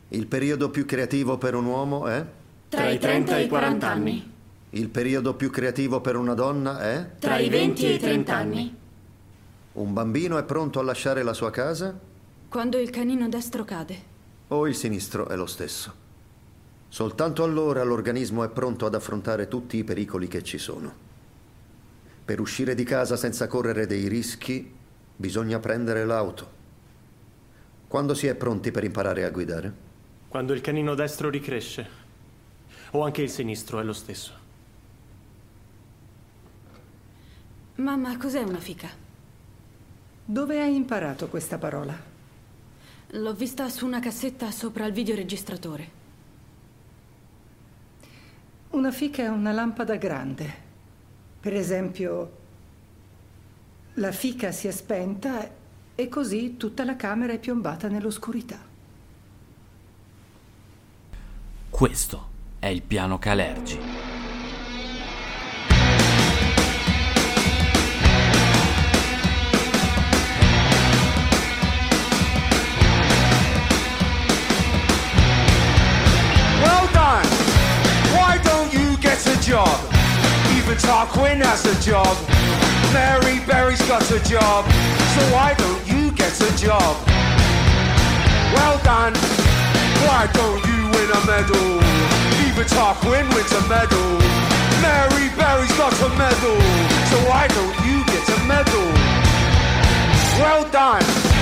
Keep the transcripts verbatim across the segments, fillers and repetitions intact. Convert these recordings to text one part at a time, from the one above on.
Il periodo più creativo per un uomo è? Tra i trenta e i quaranta anni. Il periodo più creativo per una donna è? Tra i venti e i trenta anni. Un bambino è pronto a lasciare la sua casa? Quando il canino destro cade. O il sinistro è lo stesso? Soltanto allora l'organismo è pronto ad affrontare tutti i pericoli che ci sono. Per uscire di casa senza correre dei rischi, bisogna prendere l'auto. Quando si è pronti per imparare a guidare? Quando il canino destro ricresce. O anche il sinistro è lo stesso. Mamma, cos'è una fica? Dove hai imparato questa parola? L'ho vista su una cassetta sopra il videoregistratore. Una fica è una lampada grande. Per esempio, la fica si è spenta e così tutta la camera è piombata nell'oscurità. Questo è il piano Calergi. Well done! Why don't you get a job? Even Tarquin has a job. Mary Berry's got a job. So why don't you get a job? Well done! Why don't you win a medal? Even Tarquin wins a medal. Mary Berry's got a medal. So why don't you get a medal? Well done!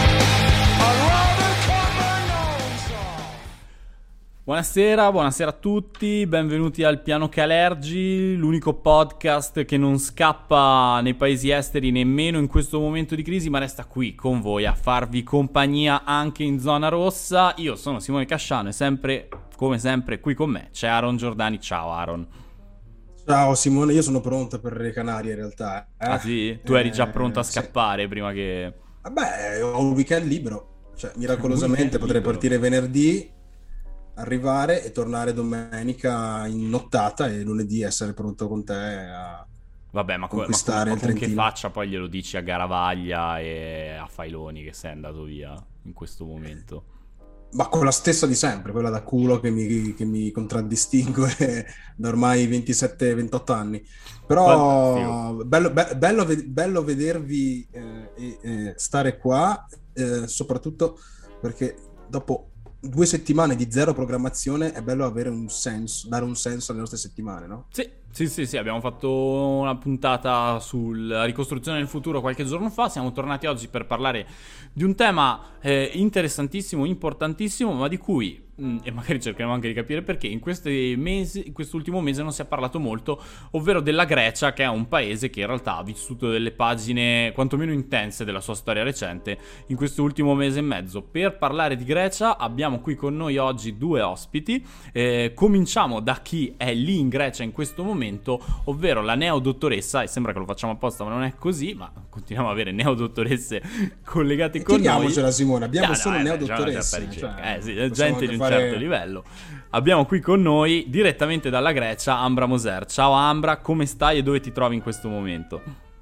I'd rather cut my nose off. Buonasera, buonasera a tutti, benvenuti al Piano Calergi, l'unico podcast che non scappa nei paesi esteri nemmeno in questo momento di crisi, ma resta qui con voi a farvi compagnia anche in zona rossa. Io sono Simone Casciano e sempre, come sempre, qui con me c'è Aaron Giordani. Ciao Aaron. Ciao Simone, io sono pronto per le Canarie in realtà. Eh? Ah sì? Tu eri già pronto a Eh, sì. scappare prima che... Vabbè, ho un weekend libero, cioè miracolosamente potrei libero. partire venerdì, arrivare e tornare domenica in nottata e lunedì essere pronto con te a... Vabbè, ma, co- ma, Conquistare co- ma il con che Trentino. faccia poi glielo dici a Garavaglia e a Failoni che sei andato via in questo momento? Ma con la stessa di sempre, quella da culo che mi, che mi contraddistingue da ormai ventisette ventotto anni. Però Fantastico. bello, be- bello, ve- bello vedervi eh, e e stare qua, eh, soprattutto perché dopo due settimane di zero programmazione è bello avere un senso, dare un senso alle nostre settimane, no? Sì, sì, sì, sì, abbiamo fatto una puntata sulla ricostruzione del futuro qualche giorno fa, siamo tornati oggi per parlare di un tema eh, interessantissimo, importantissimo, ma di cui, mh, e magari cercheremo anche di capire perché, in questi mesi, in quest'ultimo mese non si è parlato molto, ovvero della Grecia, che è un paese che in realtà ha vissuto delle pagine quantomeno intense della sua storia recente in questo ultimo mese e mezzo. Per parlare di Grecia abbiamo qui con noi oggi due ospiti. Eh, cominciamo da chi è lì in Grecia in questo momento, ovvero la neodottoressa, e sembra che lo facciamo apposta ma non è così, ma continuiamo ad avere neodottoresse collegate con noi. Tiriamocela Simone, abbiamo Ah, no, solo eh, neodottoresse, già una certa ricerca. cioè, eh sì, possiamo gente anche di un fare- certo livello. Abbiamo qui con noi direttamente dalla Grecia Ambra Moser. Ciao Ambra, come stai e dove ti trovi in questo momento?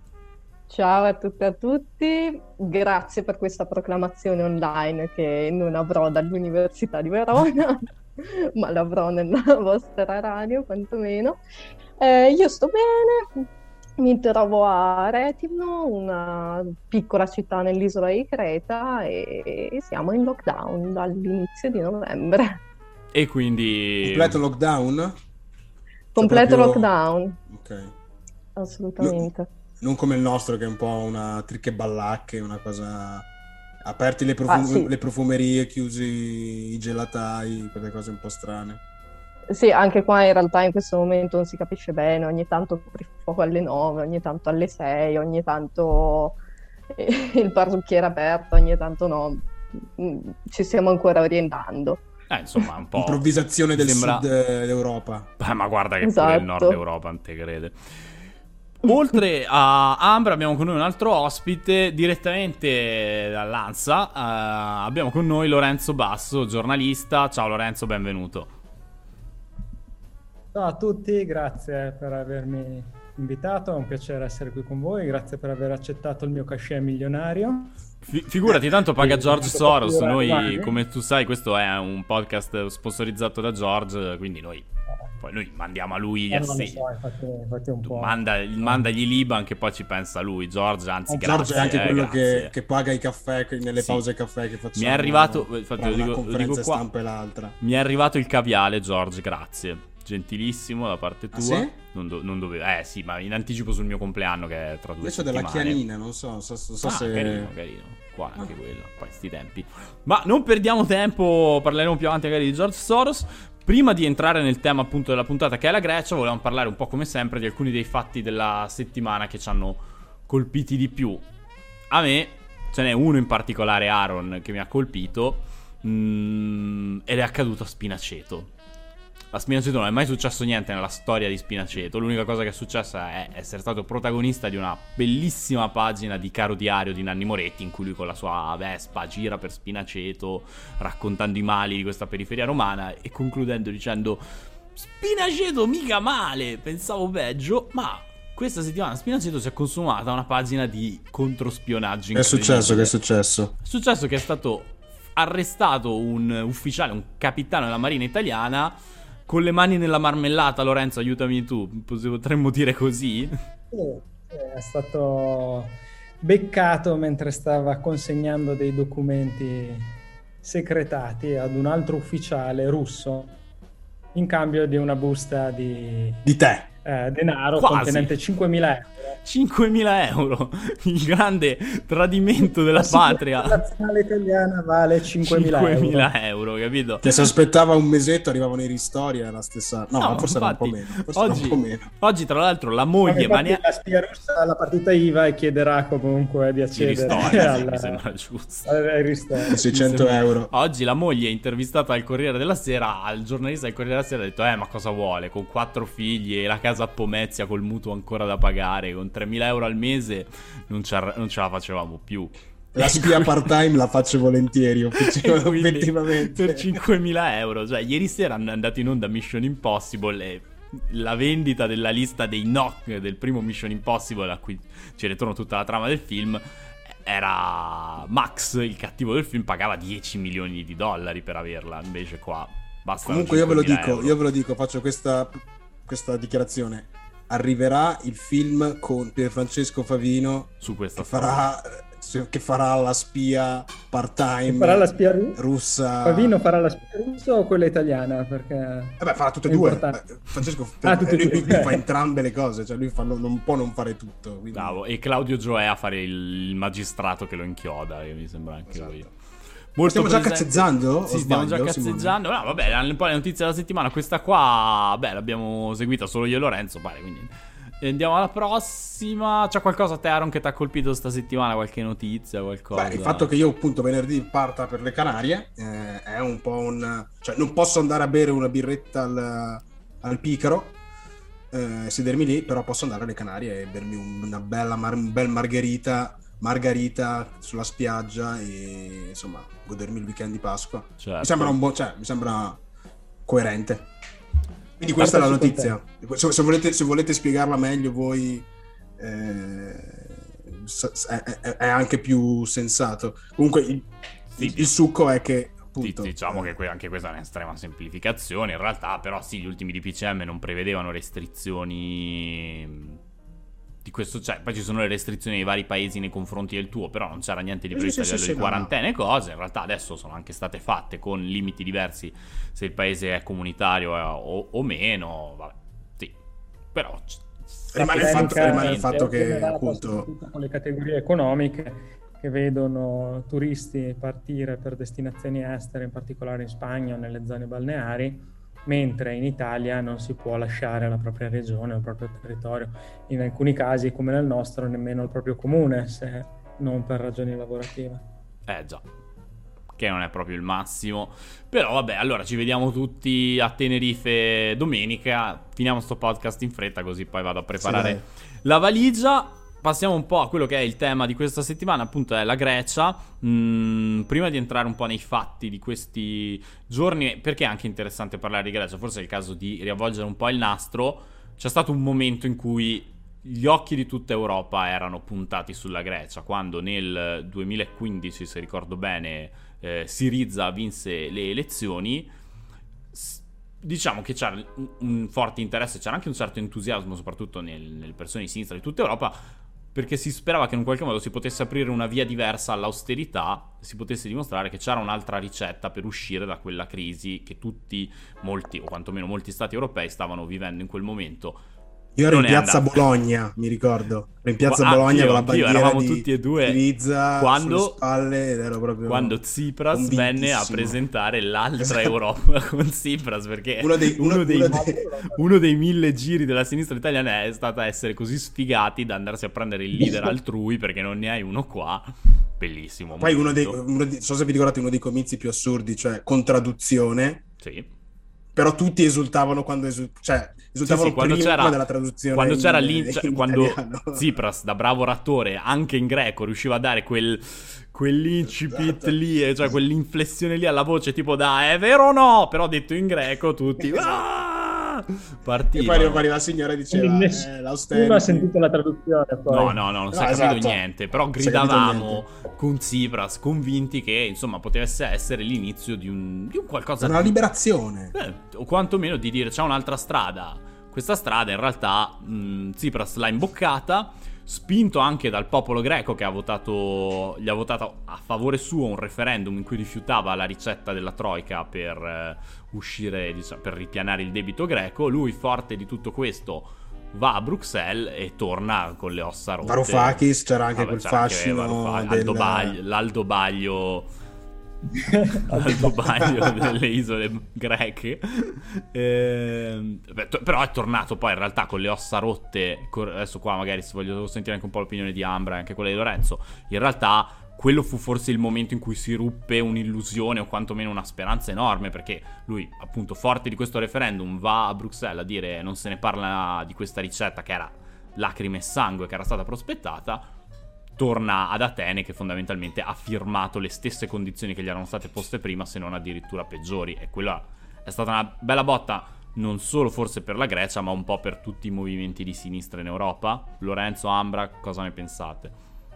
Ciao a tutte e a tutti, grazie per questa proclamazione online che non avrò dall'Università di Verona, ma l'avrò nella vostra radio quantomeno. Eh, io sto bene, mi trovo a Retino, una piccola città nell'isola di Creta, e siamo in lockdown dall'inizio di novembre. E quindi... Completo lockdown? Cioè Completo proprio- lockdown, Ok. assolutamente. Non come il nostro che è un po' una tricche ballacche, una cosa... Aperti le, profum- Ah, sì. le profumerie, chiusi i gelatai, quelle cose un po' strane. Sì, anche qua in realtà in questo momento non si capisce bene, ogni tanto apri fuoco alle nove, ogni tanto alle sei, ogni tanto eh, il parrucchiere è aperto, ogni tanto no. Mm, ci stiamo ancora orientando. Eh, insomma, un po'... Improvvisazione del sembra- sud eh, Europa. Eh, ma guarda che pure Esatto. il nord Europa non te crede. Oltre a Ambra abbiamo con noi un altro ospite direttamente dall'ANSA. Eh, abbiamo con noi Lorenzo Basso, giornalista. Ciao Lorenzo, benvenuto. Ciao a tutti, grazie per avermi invitato, è un piacere essere qui con voi, grazie per aver accettato il mio cachet milionario. Fi- figurati, tanto paga George Soros, noi, umani. come tu sai, questo è un podcast sponsorizzato da George, quindi noi, poi noi mandiamo a lui gli Eh, non lo assegni. so, infatti, infatti un po'. Manda, mandagli l'Iban che poi ci pensa lui, George, anzi grazie. George è anche eh, quello grazie. che, che paga i caffè nelle Sì. pause caffè che facciamo. Mi è arrivato, infatti tra lo una dico, lo conferenza dico qua, stampa e l'altra. mi è arrivato il caviale, George, grazie. Gentilissimo da parte tua. Ah, sì? Non, do- non dovevo, eh sì, ma in anticipo sul mio compleanno che è tra due Adesso settimane. della chianina, non so, so, so, so Ah, se... carino, carino. Qua anche Ah. quello, poi sti tempi. Ma non perdiamo tempo, parleremo più avanti magari di George Soros. Prima di entrare nel tema appunto della puntata che è la Grecia, volevamo parlare un po' come sempre di alcuni dei fatti della settimana che ci hanno colpiti di più. A me ce n'è uno in particolare, Aaron, che mi ha colpito, mm, ed è accaduto a Spinaceto. A Spinaceto non è mai successo niente nella storia di Spinaceto. L'unica cosa che è successa è essere stato protagonista di una bellissima pagina di Caro Diario di Nanni Moretti, in cui lui con la sua Vespa gira per Spinaceto raccontando i mali di questa periferia romana e concludendo dicendo: Spinaceto mica male, pensavo peggio. Ma questa settimana a Spinaceto si è consumata una pagina di controspionaggio Che è successo? Che è incredibile. successo? È successo che è stato arrestato un ufficiale, un capitano della Marina italiana con le mani nella marmellata. Lorenzo, aiutami tu, potremmo dire così? Sì, è stato beccato mentre stava consegnando dei documenti secretati ad un altro ufficiale russo in cambio di una busta di, Di te. eh, denaro Quasi. contenente cinquemila euro. cinquemila euro, il grande tradimento della La sicurezza patria. nazionale italiana vale cinquemila euro. cinquemila euro, capito? Che se aspettava un mesetto arrivavano i ristori, è la stessa... No, No, forse infatti, era un po' meno. Forse era oggi, un po' meno. oggi tra l'altro la Ma moglie, ma infatti ne- la spia russa alla partita I V A e chiederà comunque di di accedere ristori, sì, al- mi sembra giusto. ai ristori. seicento euro. Oggi la moglie, intervistata al Corriere della Sera, al giornalista del Corriere della Sera ha detto: eh, ma cosa vuole? Con quattro figli e la casa a Pomezia col mutuo ancora da pagare, con tremila euro al mese non, ce non ce la facevamo più. La spia part-time la faccio volentieri, E quindi, effettivamente. per cinquemila euro. Cioè, ieri sera hanno andato in onda Mission Impossible e la vendita della lista dei no del primo Mission Impossible, a cui ci ritorno tutta la trama del film, era Max, il cattivo del film, pagava dieci milioni di dollari per averla. Invece qua basta. Comunque io ve lo dico, euro. io ve lo dico, faccio questa, questa dichiarazione. Arriverà il film con Pierfrancesco Favino su questa che farà, che farà la spia part-time Farà la spia ru- russa. Favino farà la spia russa o quella italiana? Perché Vabbè, farà tutte e è due. importante. Beh, Francesco Ah, tutte e lui, due. lui fa entrambe le cose, cioè lui fa- non può non fare tutto. Quindi... Bravo. E Claudio Gioè a fare il magistrato che lo inchioda, che mi sembra anche Esatto. lui. Stiamo già presente. cazzezzando? O Sì, stiamo già sbaglio, cazzeggiando. No, vabbè, erano un po' le notizie della settimana. Questa qua, beh, l'abbiamo seguita solo io e Lorenzo, pare, quindi andiamo alla prossima. C'è qualcosa a te, Aaron, che ti ha colpito sta settimana? Qualche notizia, qualcosa? Beh, il fatto che io appunto venerdì parta per le Canarie eh, è un po' un... cioè non posso andare a bere una birretta al, al Picaro, eh, sedermi lì, però posso andare alle Canarie e bermi un- una bella mar- un bel margherita margarita sulla spiaggia e insomma godermi il weekend di Pasqua. Certo. Mi sembra un buon, cioè mi sembra coerente. Quindi questa è la Partaci notizia. Se, se volete, se volete spiegarla meglio voi, eh, s- è, è- è anche più sensato. Comunque il, Sì, il- il succo è che Sì, appunto, diciamo eh, che que- anche questa è un'estrema semplificazione. In realtà, però, sì, gli ultimi D P C M non prevedevano restrizioni di questo, cioè, poi ci sono le restrizioni nei vari paesi nei confronti del tuo, però non c'era niente di Sì, previsto sì, a sì, livello sì, di no, no. quarantena e cose. In realtà adesso sono anche state fatte con limiti diversi se il paese è comunitario eh, o, o meno. Vabbè, sì, però c- rimane il La fatto, polemica rimane il è fatto che generata appunto soprattutto con le categorie economiche che vedono turisti partire per destinazioni estere, in particolare in Spagna o nelle zone balneari, mentre in Italia non si può lasciare la propria regione o il proprio territorio, in alcuni casi come nel nostro nemmeno il proprio comune, se non per ragioni lavorative. eh già, che non è proprio il massimo. Però vabbè, allora ci vediamo tutti a Tenerife domenica. Finiamo sto podcast in fretta, così poi vado a preparare Sì, la valigia. passiamo un po' a quello che è il tema di questa settimana, appunto è la Grecia. Mm, prima di entrare un po' nei fatti di questi giorni, perché è anche interessante parlare di Grecia, forse è il caso di riavvolgere un po' il nastro. C'è stato un momento in cui gli occhi di tutta Europa erano puntati sulla Grecia, quando nel duemilaquindici, se ricordo bene, eh, Syriza vinse le elezioni. S- diciamo che c'era un, un forte interesse, c'era anche un certo entusiasmo, soprattutto nel, nelle persone di sinistra di tutta Europa, perché si sperava che in qualche modo si potesse aprire una via diversa all'austerità, si potesse dimostrare che c'era un'altra ricetta per uscire da quella crisi che tutti, molti, o quantomeno molti stati europei stavano vivendo in quel momento. Io ero Non in è piazza andata. Bologna, mi ricordo. Ero in piazza Ah, Bologna anch'io, con la anch'io, bandiera eravamo di tutti e due Syriza quando, sulle spalle ed ero proprio quando Tsipras venne a presentare l'altra Esatto. Europa con Tsipras, perché Uno dei- uno- uno dei, uno dei- uno dei mille giri della sinistra italiana è stata essere così sfigati da andarsi a prendere il leader altrui perché non ne hai uno qua. Bellissimo. Poi uno dei, momento. uno di, so se vi ricordate, uno dei comizi più assurdi, cioè con traduzione, Sì. però tutti esultavano quando esul- cioè, esultavano Sì, sì, quando prima c'era, della traduzione quando in- c'era lì, in cioè, quando italiano. Tsipras, da bravo oratore, anche in greco, riusciva a dare quel quell'incipit Esatto. lì, e cioè quell'inflessione lì alla voce, tipo da è vero o no, però detto in greco tutti ah! E partivano. poi arriva la signora e diceva Quindi eh, nessuno l'austerity. ha sentito la traduzione poi. No, no, no, non si è No, capito esatto. niente, però Non si è capito gridavamo con Tsipras, convinti che, insomma, potesse essere l'inizio di un, di un qualcosa Una di... liberazione. Eh, o quantomeno di dire c'è un'altra strada. Questa strada in realtà mh, Tsipras l'ha imboccata, spinto anche dal popolo greco che ha votato, gli ha votato a favore suo un referendum in cui rifiutava la ricetta della Troika per eh, uscire, diciamo, per ripianare il debito greco. Lui, forte di tutto questo, va a Bruxelles e torna con le ossa rotte. Varoufakis, c'era anche Vabbè, quel c'era anche fascino Varoufakis, del- Aldo Baglio, l'Aldo Baglio Aldo Baglio delle isole greche. Ehm, beh, to- però è tornato poi in realtà con le ossa rotte. Cor- adesso qua magari se voglio sentire anche un po' l'opinione di Ambra e anche quella di Lorenzo. In realtà quello fu forse il momento in cui si ruppe un'illusione o quantomeno una speranza enorme, perché lui, appunto, forte di questo referendum, va a Bruxelles a dire non se ne parla di questa ricetta che era lacrime e sangue, che era stata prospettata. Torna ad Atene, che fondamentalmente ha firmato le stesse condizioni che gli erano state poste prima, se non addirittura peggiori. E quella è stata una bella botta, non solo forse per la Grecia, ma un po' per tutti i movimenti di sinistra in Europa. Lorenzo, Ambra, cosa ne pensate?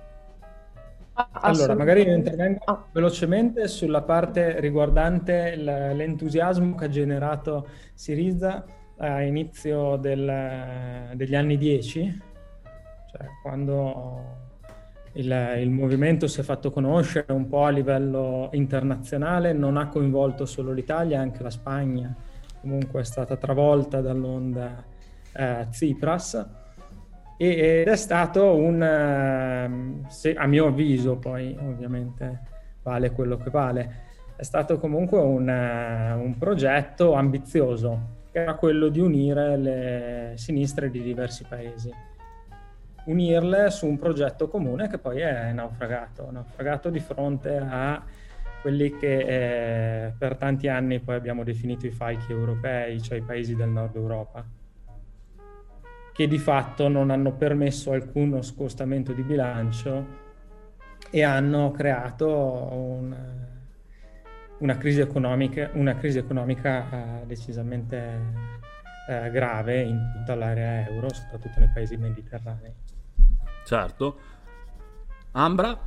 Allora, magari io Assolutamente. intervengo Ah. velocemente sulla parte riguardante l- l'entusiasmo che ha generato Syriza a inizio del- degli anni dieci, cioè quando il, il movimento si è fatto conoscere un po' a livello internazionale, non ha coinvolto solo l'Italia, anche la Spagna comunque è stata travolta dall'onda eh, Tsipras. Ed è stato un, ehm, se- a mio avviso, poi ovviamente vale quello che vale, è stato comunque un, eh, un progetto ambizioso, che era quello di unire le sinistre di diversi paesi. Unirle su un progetto comune che poi è naufragato, naufragato di fronte a quelli che eh, per tanti anni poi abbiamo definito i falchi europei, cioè i paesi del nord Europa, che di fatto non hanno permesso alcuno scostamento di bilancio e hanno creato un, una crisi economica, una crisi economica eh, decisamente eh, grave in tutta l'area euro, soprattutto nei paesi mediterranei. Certo. Ambra?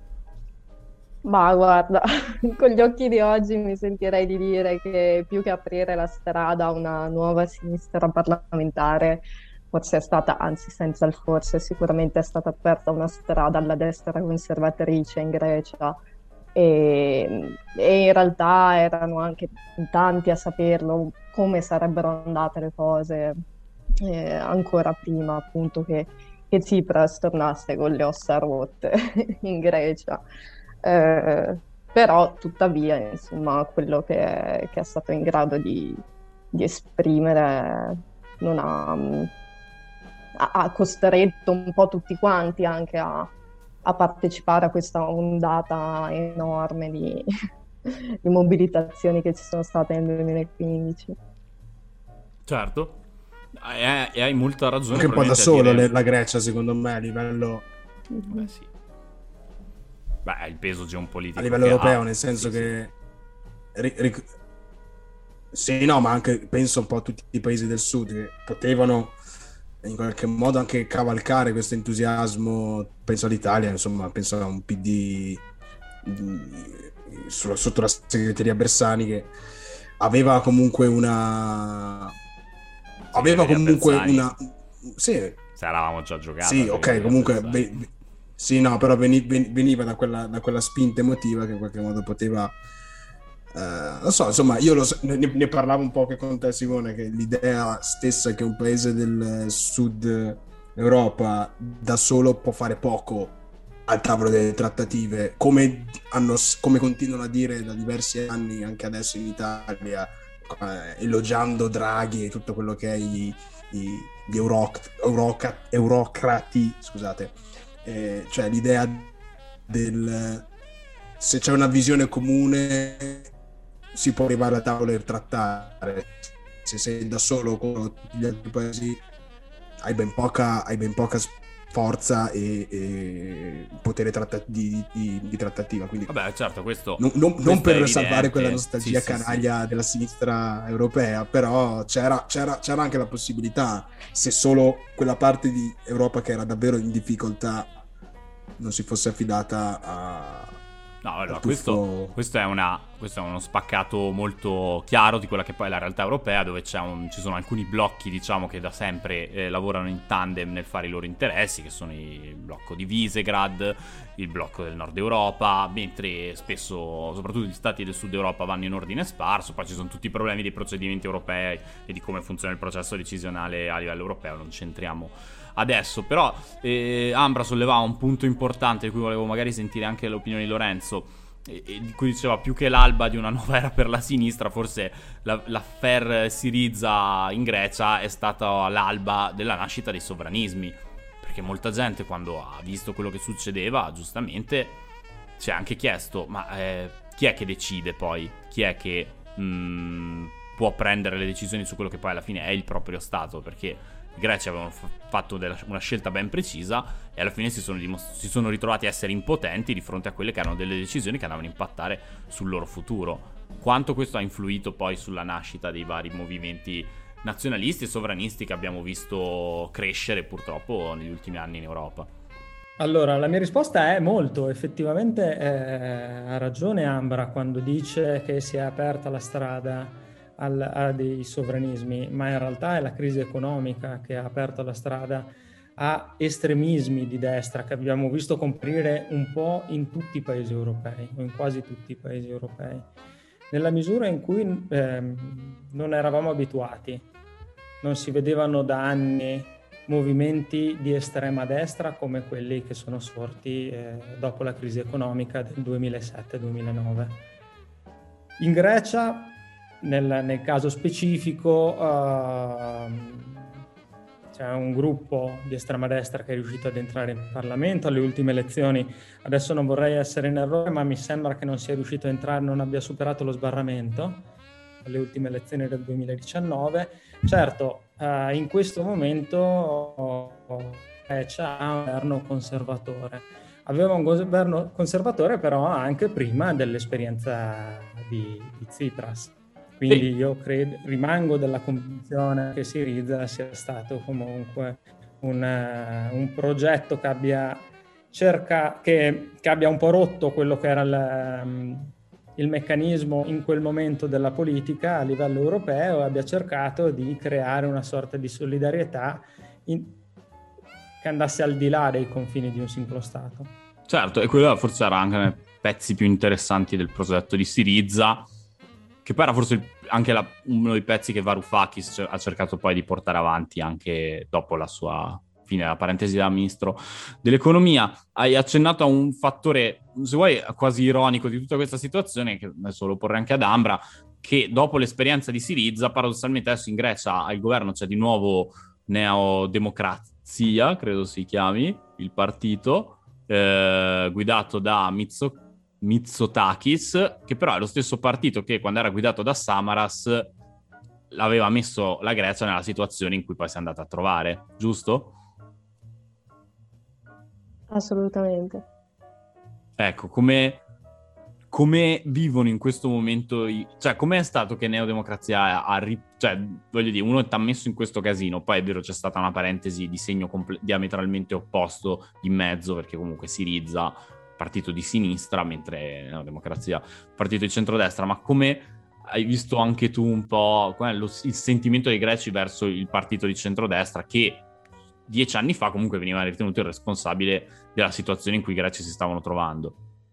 Ma guarda, con gli occhi di oggi mi sentirei di dire che più che aprire la strada a una nuova sinistra parlamentare, forse è stata, anzi senza il forse, sicuramente è stata aperta una strada alla destra conservatrice in Grecia e, e in realtà erano anche tanti a saperlo come sarebbero andate le cose eh, ancora prima appunto che, che Tsipras tornasse con le ossa rotte in Grecia. Eh, però tuttavia insomma quello che è, che è stato in grado di, di esprimere non ha, ha, ha costretto un po' tutti quanti anche a, a partecipare a questa ondata enorme di, di mobilitazioni che ci sono state nel duemilaquindici. Certo. E hai, hai molta ragione. Anche un po' da solo dire... le, la Grecia, secondo me, a livello... Beh, sì. Beh, il peso geopolitico. A livello europeo, ha. nel senso sì, che... Sì. Ri, ri... sì, no, ma anche penso un po' a tutti i paesi del sud che potevano in qualche modo anche cavalcare questo entusiasmo. Penso all'Italia, insomma, penso a un P D sotto la segreteria Bersani che aveva comunque una aveva comunque Bersani. una sì, se eravamo già giocati, sì, ok, comunque be, be, sì, no, però veniva, veniva da quella da quella spinta emotiva che in qualche modo poteva Uh, non so, insomma, io lo so, ne, ne parlavo un po' che con te, Simone, che l'idea stessa che un paese del sud Europa da solo può fare poco al tavolo delle trattative, come, hanno, come continuano a dire da diversi anni anche adesso in Italia, eh, elogiando Draghi e tutto quello che è i, i, gli euroc, euroc, eurocrati, scusate, eh, cioè l'idea del se c'è una visione comune si può arrivare a tavola e trattare. Se sei da solo con tutti gli altri paesi hai ben poca, hai ben poca forza e, e potere tratta- di, di, di trattativa. Quindi vabbè, certo, questo non, non, questo non per evidente. salvare quella nostalgia sì, sì, canaglia sì. della sinistra europea, però c'era, c'era, c'era anche la possibilità, se solo quella parte di Europa che era davvero in difficoltà non si fosse affidata a No, allora, questo, questo, è una, questo è uno spaccato molto chiaro di quella che poi è la realtà europea, dove c'è un, ci sono alcuni blocchi, diciamo, che da sempre eh, lavorano in tandem nel fare i loro interessi, che sono il blocco di Visegrad, il blocco del Nord Europa, mentre spesso, soprattutto gli stati del Sud Europa, vanno in ordine sparso. Poi ci sono tutti i problemi dei procedimenti europei e di come funziona il processo decisionale a livello europeo, non c'entriamo adesso. Però eh, Ambra sollevava un punto importante di cui volevo magari sentire anche l'opinione di Lorenzo, e, e di cui diceva più che l'alba di una nuova era per la sinistra, forse la, l'affair Syriza in Grecia è stata l'alba della nascita dei sovranismi, perché molta gente, quando ha visto quello che succedeva, giustamente si è anche chiesto: ma eh, chi è che decide poi? Chi è che mh, può prendere le decisioni su quello che poi alla fine è il proprio Stato? Perché i greci avevano f- fatto della, una scelta ben precisa e alla fine si sono, dimost- si sono ritrovati a essere impotenti di fronte a quelle che erano delle decisioni che andavano a impattare sul loro futuro. Quanto questo ha influito poi sulla nascita dei vari movimenti nazionalisti e sovranisti che abbiamo visto crescere purtroppo negli ultimi anni in Europa? Allora, la mia risposta è molto. Effettivamente eh, ha ragione Ambra quando dice che si è aperta la strada al, a dei sovranismi, ma in realtà è la crisi economica che ha aperto la strada a estremismi di destra che abbiamo visto comparire un po' in tutti i paesi europei, o in quasi tutti i paesi europei, nella misura in cui ehm, non eravamo abituati. Non si vedevano da anni movimenti di estrema destra come quelli che sono sorti eh, dopo la crisi economica del duemilasette duemilanove. In Grecia, nel, nel caso specifico, uh, c'è un gruppo di estrema destra che è riuscito ad entrare in Parlamento alle ultime elezioni. Adesso non vorrei essere in errore, ma mi sembra che non sia riuscito a entrare, non abbia superato lo sbarramento alle ultime elezioni del duemiladiciannove. Certo, uh, in questo momento Grecia ha un governo conservatore. Aveva un governo conservatore però anche prima dell'esperienza di, di Tsipras. Quindi io credo, rimango della convinzione che Syriza sia stato comunque un, uh, un progetto che abbia, cerca, che, che abbia un po' rotto quello che era il, um, il meccanismo in quel momento della politica a livello europeo e abbia cercato di creare una sorta di solidarietà in, che andasse al di là dei confini di un singolo Stato. Certo, e quello forse era anche nei pezzi più interessanti del progetto di Syriza, che poi era forse il, anche la, uno dei pezzi che Varoufakis ha cercato poi di portare avanti anche dopo la sua fine, la parentesi da ministro dell'economia. Hai accennato a un fattore, se vuoi, quasi ironico di tutta questa situazione, che adesso lo porrei anche ad Ambra, che dopo l'esperienza di Syriza, paradossalmente adesso in Grecia al governo c'è di nuovo Neodemocrazia, credo si chiami, il partito, eh, guidato da Mitsotakis, Mitsotakis, che però è lo stesso partito che quando era guidato da Samaras l'aveva messo la Grecia nella situazione in cui poi si è andata a trovare, giusto? Assolutamente. Ecco, come, come vivono in questo momento, i, cioè com'è stato che Neodemocrazia ha, ri, cioè voglio dire, uno ti ha messo in questo casino, poi è vero c'è stata una parentesi di segno comple- diametralmente opposto in mezzo, perché comunque Syriza, partito di sinistra, mentre Neodemocrazia, partito di centrodestra, ma come hai visto anche tu un po' qual è lo, il sentimento dei greci verso il partito di centrodestra che dieci anni fa comunque veniva ritenuto il responsabile della situazione in cui i greci si stavano trovando?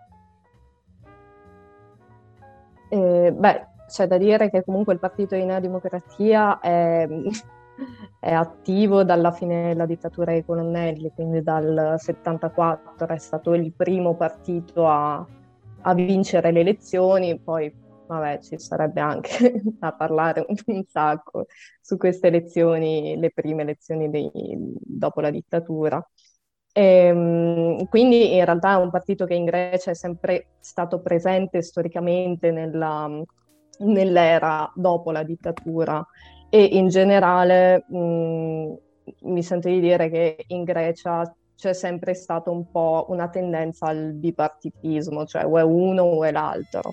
Eh, beh, c'è da dire che comunque il partito di Neodemocrazia è, è attivo dalla fine della dittatura dei colonnelli, quindi dal settantaquattro è stato il primo partito a, a vincere le elezioni, poi vabbè, ci sarebbe anche da parlare un, un sacco su queste elezioni, le prime elezioni dei, dopo la dittatura. E, quindi in realtà è un partito che in Grecia è sempre stato presente storicamente nella, nell'era dopo la dittatura e in generale mh, mi sento di dire che in Grecia c'è sempre stata un po' una tendenza al bipartitismo, cioè o è uno o è l'altro.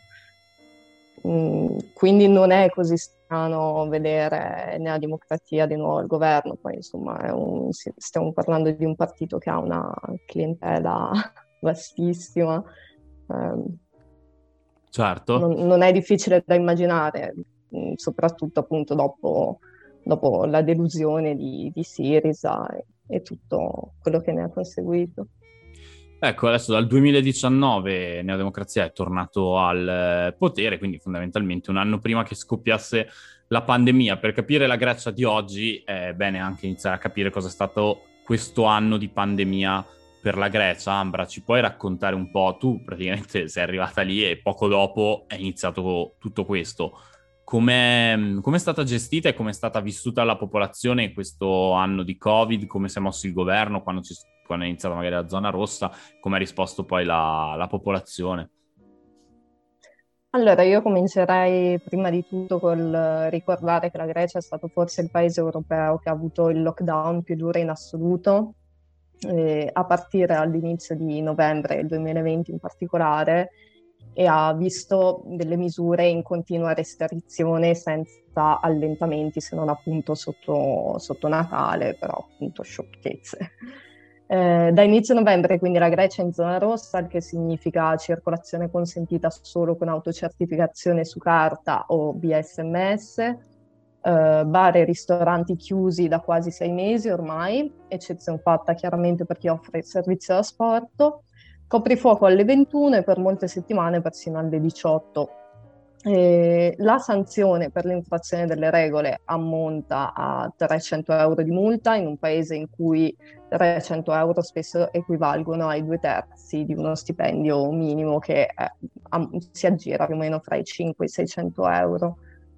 Mm, quindi non è così strano vedere Neodemocrazia di nuovo al governo, poi insomma è un, stiamo parlando di un partito che ha una clientela vastissima, um, certo. Non, non è difficile da immaginare, mh, soprattutto appunto dopo, dopo la delusione di, di Syriza e, e tutto quello che ne ha conseguito. Ecco, adesso dal duemiladiciannove Neodemocrazia è tornato al potere, quindi fondamentalmente un anno prima che scoppiasse la pandemia. Per capire la Grecia di oggi è bene anche iniziare a capire cosa è stato questo anno di pandemia per la Grecia. Ambra, ci puoi raccontare un po'? Tu praticamente sei arrivata lì e poco dopo è iniziato tutto questo. Com'è, com'è stata gestita e com'è stata vissuta la popolazione questo anno di Covid? Come si è mosso il governo quando, ci, quando è iniziata magari la zona rossa? Come ha risposto poi la, la popolazione? Allora, io comincerei prima di tutto col ricordare che la Grecia è stato forse il paese europeo che ha avuto il lockdown più duro in assoluto, eh, a partire all'inizio di novembre duemilaventi in particolare, e ha visto delle misure in continua restrizione senza allentamenti, se non appunto sotto, sotto Natale, però appunto sciocchezze. Eh, da inizio novembre quindi la Grecia è in zona rossa, il che significa circolazione consentita solo con autocertificazione su carta o via sms, eh, bar e ristoranti chiusi da quasi sei mesi ormai, eccezione fatta chiaramente per chi offre il servizio d'asporto, coprifuoco alle ventuno e per molte settimane persino alle diciotto. Eh, la sanzione per l'infrazione delle regole ammonta a trecento euro di multa in un paese in cui trecento euro spesso equivalgono ai due terzi di uno stipendio minimo che è, a, si aggira più o meno fra i cinquecento e i seicento euro.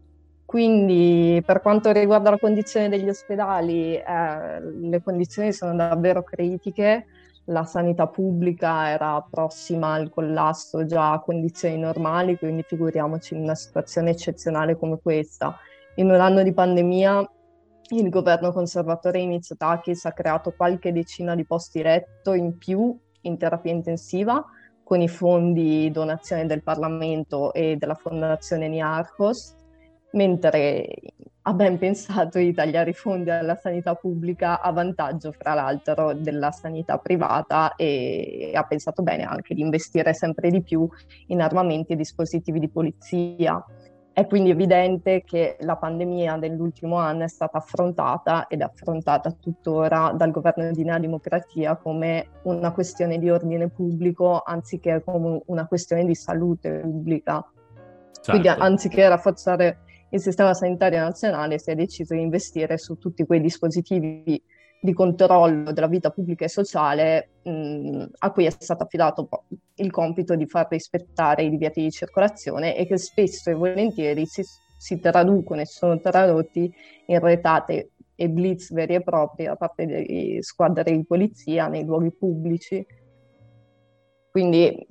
Quindi per quanto riguarda la condizione degli ospedali, eh, le condizioni sono davvero critiche. La sanità pubblica era prossima al collasso già a condizioni normali, quindi figuriamoci in una situazione eccezionale come questa. In un anno di pandemia il governo conservatore di Mitsotakis ha creato qualche decina di posti letto in più in terapia intensiva con i fondi donazione del Parlamento e della Fondazione Niarchos, mentre ha ben pensato di tagliare i fondi alla sanità pubblica a vantaggio, fra l'altro, della sanità privata e ha pensato bene anche di investire sempre di più in armamenti e dispositivi di polizia. È quindi evidente che la pandemia dell'ultimo anno è stata affrontata ed è affrontata tuttora dal governo di Neodemocrazia come una questione di ordine pubblico anziché come una questione di salute pubblica. Certo. Quindi anziché rafforzare il sistema sanitario nazionale si è deciso di investire su tutti quei dispositivi di controllo della vita pubblica e sociale mh, a cui è stato affidato il compito di far rispettare i divieti di circolazione e che spesso e volentieri si, si traducono e sono tradotti in retate e blitz veri e propri da parte delle squadre di polizia nei luoghi pubblici. Quindi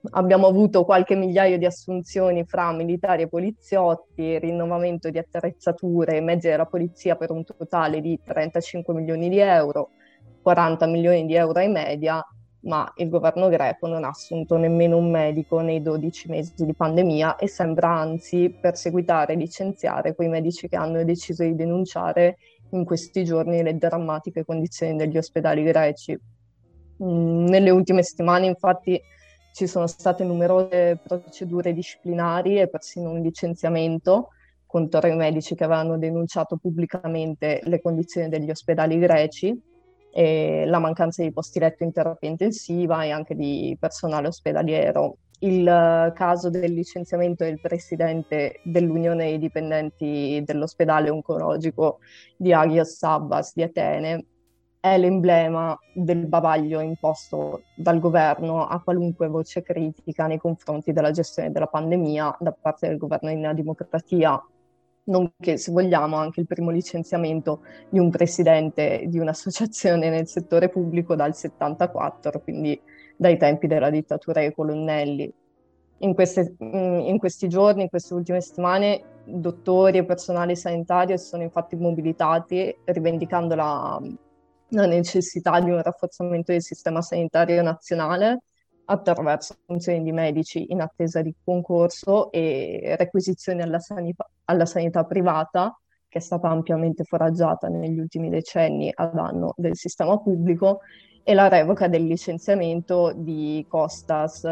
Abbiamo avuto qualche migliaio di assunzioni fra militari e poliziotti, rinnovamento di attrezzature e mezzi della polizia per un totale di trentacinque milioni di euro, quaranta milioni di euro in media, ma il governo greco non ha assunto nemmeno un medico nei dodici mesi di pandemia e sembra anzi perseguitare e licenziare quei medici che hanno deciso di denunciare in questi giorni le drammatiche condizioni degli ospedali greci. Mm, nelle ultime settimane, infatti, ci sono state numerose procedure disciplinari e persino un licenziamento contro i medici che avevano denunciato pubblicamente le condizioni degli ospedali greci e la mancanza di posti letto in terapia intensiva e anche di personale ospedaliero. Il caso del licenziamento del presidente dell'Unione dei dipendenti dell'ospedale oncologico di Agios Sabbas di Atene è l'emblema del bavaglio imposto dal governo a qualunque voce critica nei confronti della gestione della pandemia da parte del governo in una democrazia, nonché, se vogliamo, anche il primo licenziamento di un presidente di un'associazione nel settore pubblico dal settantaquattro, quindi dai tempi della dittatura dei colonnelli. In, queste, in questi giorni, in queste ultime settimane, dottori e personale sanitario si sono infatti mobilitati rivendicando la la necessità di un rafforzamento del sistema sanitario nazionale attraverso funzioni di medici in attesa di concorso e requisizioni alla sanità, alla sanità privata, che è stata ampiamente foraggiata negli ultimi decenni a danno del sistema pubblico, e la revoca del licenziamento di Kostas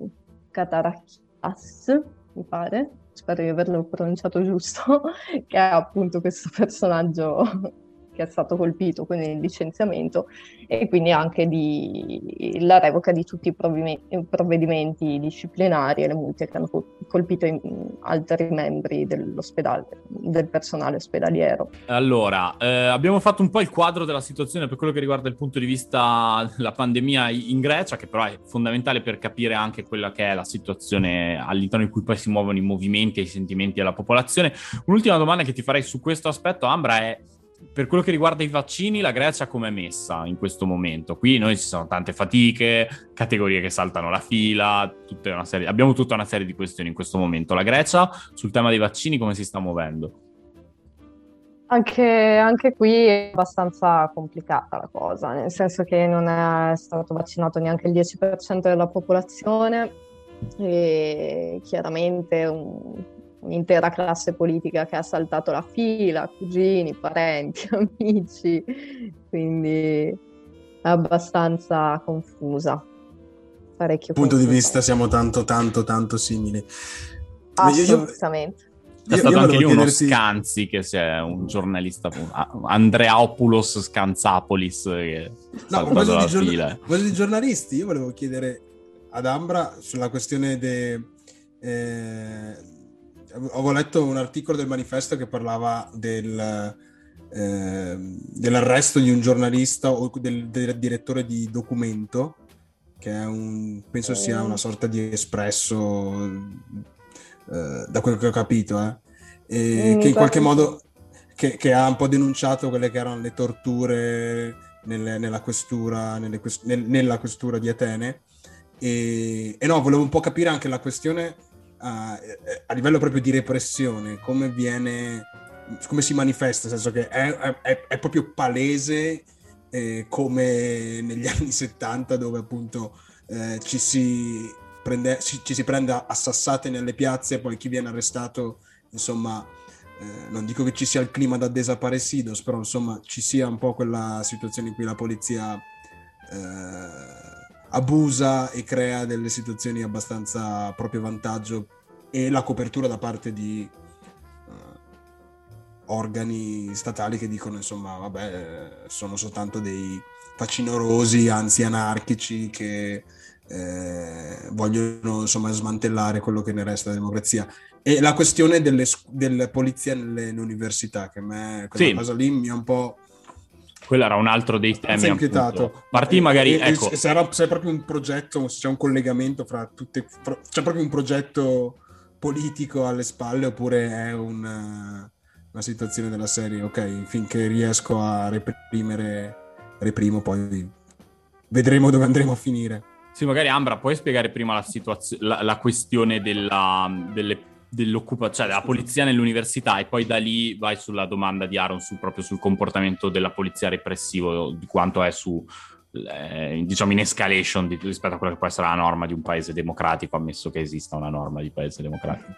Katarakis, mi pare, spero di averlo pronunciato giusto, che è appunto questo personaggio che è stato colpito, quindi il licenziamento, e quindi anche di la revoca di tutti i provvedimenti disciplinari e le multe che hanno colpito altri membri dell'ospedale, del personale ospedaliero. Allora, eh, abbiamo fatto un po' il quadro della situazione per quello che riguarda il punto di vista della pandemia in Grecia, che però è fondamentale per capire anche quella che è la situazione all'interno di cui poi si muovono i movimenti e i sentimenti della popolazione. Un'ultima domanda che ti farei su questo aspetto, Ambra, è: per quello che riguarda i vaccini, la Grecia com'è messa in questo momento? Qui noi ci sono tante fatiche, categorie che saltano la fila, tutta una serie, abbiamo tutta una serie di questioni in questo momento. La Grecia sul tema dei vaccini come si sta muovendo? Anche, anche qui è abbastanza complicata la cosa, nel senso che non è stato vaccinato neanche il dieci per cento della popolazione e chiaramente un un'intera classe politica che ha saltato la fila, cugini, parenti, amici, quindi è abbastanza confusa. Parecchio punto confusa. Di vista siamo tanto, tanto, tanto simili. Assolutamente. C'è stato io anche lì uno chiederti... Scanzi, che è un giornalista, Andreopoulos Scanzapolis, che è saltato no, la di giorn- fila. Quello di giornalisti, io volevo chiedere ad Ambra sulla questione de... Eh, avevo letto un articolo del Manifesto che parlava del, eh, dell'arresto di un giornalista o del, del direttore di Documento, che è un, penso sia una sorta di Espresso, eh, da quello che ho capito, eh, e mm, che in qualche modo che, che ha un po' denunciato quelle che erano le torture nelle, nella questura nelle, nel, nella questura di Atene, e, e no, volevo un po' capire anche la questione Uh, a livello proprio di repressione, come viene, come si manifesta, nel senso che è, è, è proprio palese, eh, come negli anni settanta, dove appunto eh, ci, si prende, ci, ci si prende a sassate nelle piazze e poi chi viene arrestato, insomma, eh, non dico che ci sia il clima da desaparecidos, però insomma ci sia un po' quella situazione in cui la polizia eh, abusa e crea delle situazioni abbastanza a proprio vantaggio, e la copertura da parte di uh, organi statali che dicono insomma vabbè, sono soltanto dei facinorosi, anzi anarchici, che eh, vogliono insomma smantellare quello che ne resta della democrazia. E la questione delle, delle polizie nelle, nelle università, che a me quella sì. cosa lì mi è un po'... Quello era un altro dei temi. Inquietato. Partì magari, e, ecco. Se era, se è proprio un progetto, se c'è un collegamento fra tutte, fra, c'è proprio un progetto politico alle spalle, oppure è una, una situazione della serie, ok, finché riesco a reprimere, reprimo, poi vedremo dove andremo a finire. Sì, magari Ambra, puoi spiegare prima la situazione, la, la questione della, delle, dell'occupazione, cioè della polizia nell'università, e poi da lì vai sulla domanda di Aaron sul, proprio sul comportamento della polizia repressivo, di quanto è su, eh, diciamo, in escalation di, rispetto a quella che può essere la norma di un paese democratico, ammesso che esista una norma di paese democratico.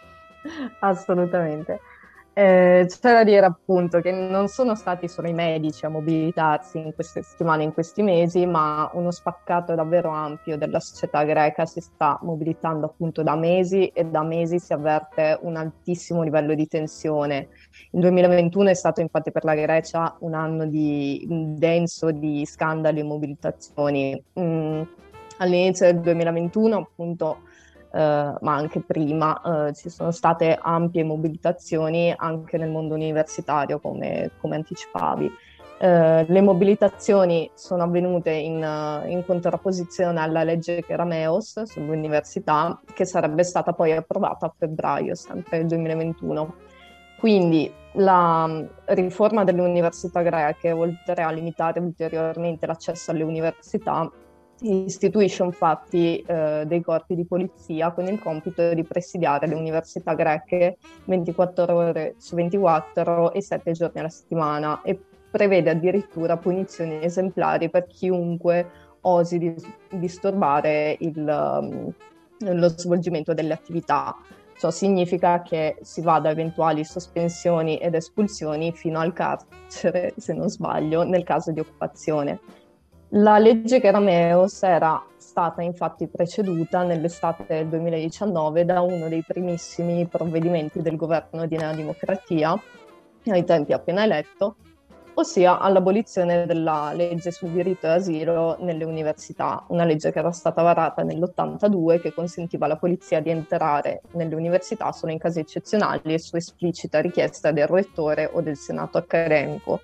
Assolutamente. Eh, c'è da dire appunto che non sono stati solo i medici a mobilitarsi in queste settimane, in questi mesi, ma uno spaccato davvero ampio della società greca si sta mobilitando appunto da mesi, e da mesi si avverte un altissimo livello di tensione. Il duemilaventuno è stato infatti per la Grecia un anno di denso di scandali e mobilitazioni. Mm, all'inizio del duemilaventuno appunto Uh, ma anche prima uh, ci sono state ampie mobilitazioni anche nel mondo universitario, come, come anticipavi. Uh, le mobilitazioni sono avvenute in, uh, in contrapposizione alla legge Kerameos sull'università, che sarebbe stata poi approvata a febbraio, sempre del duemilaventuno. Quindi la riforma delle università greche, oltre a limitare ulteriormente l'accesso alle università, istituisce infatti eh, dei corpi di polizia con il compito di presidiare le università greche ventiquattro ore su ventiquattro e sette giorni alla settimana, e prevede addirittura punizioni esemplari per chiunque osi di disturbare il, um, lo svolgimento delle attività. Ciò significa che si va da eventuali sospensioni ed espulsioni fino al carcere, se non sbaglio, nel caso di occupazione. La legge Kerameos era stata infatti preceduta nell'estate del duemiladiciannove da uno dei primissimi provvedimenti del governo di Nea Dimocratia, ai tempi appena eletto, ossia all'abolizione della legge sul diritto d'asilo nelle università, una legge che era stata varata nell'ottantadue, che consentiva alla polizia di entrare nelle università solo in casi eccezionali e su esplicita richiesta del rettore o del senato accademico.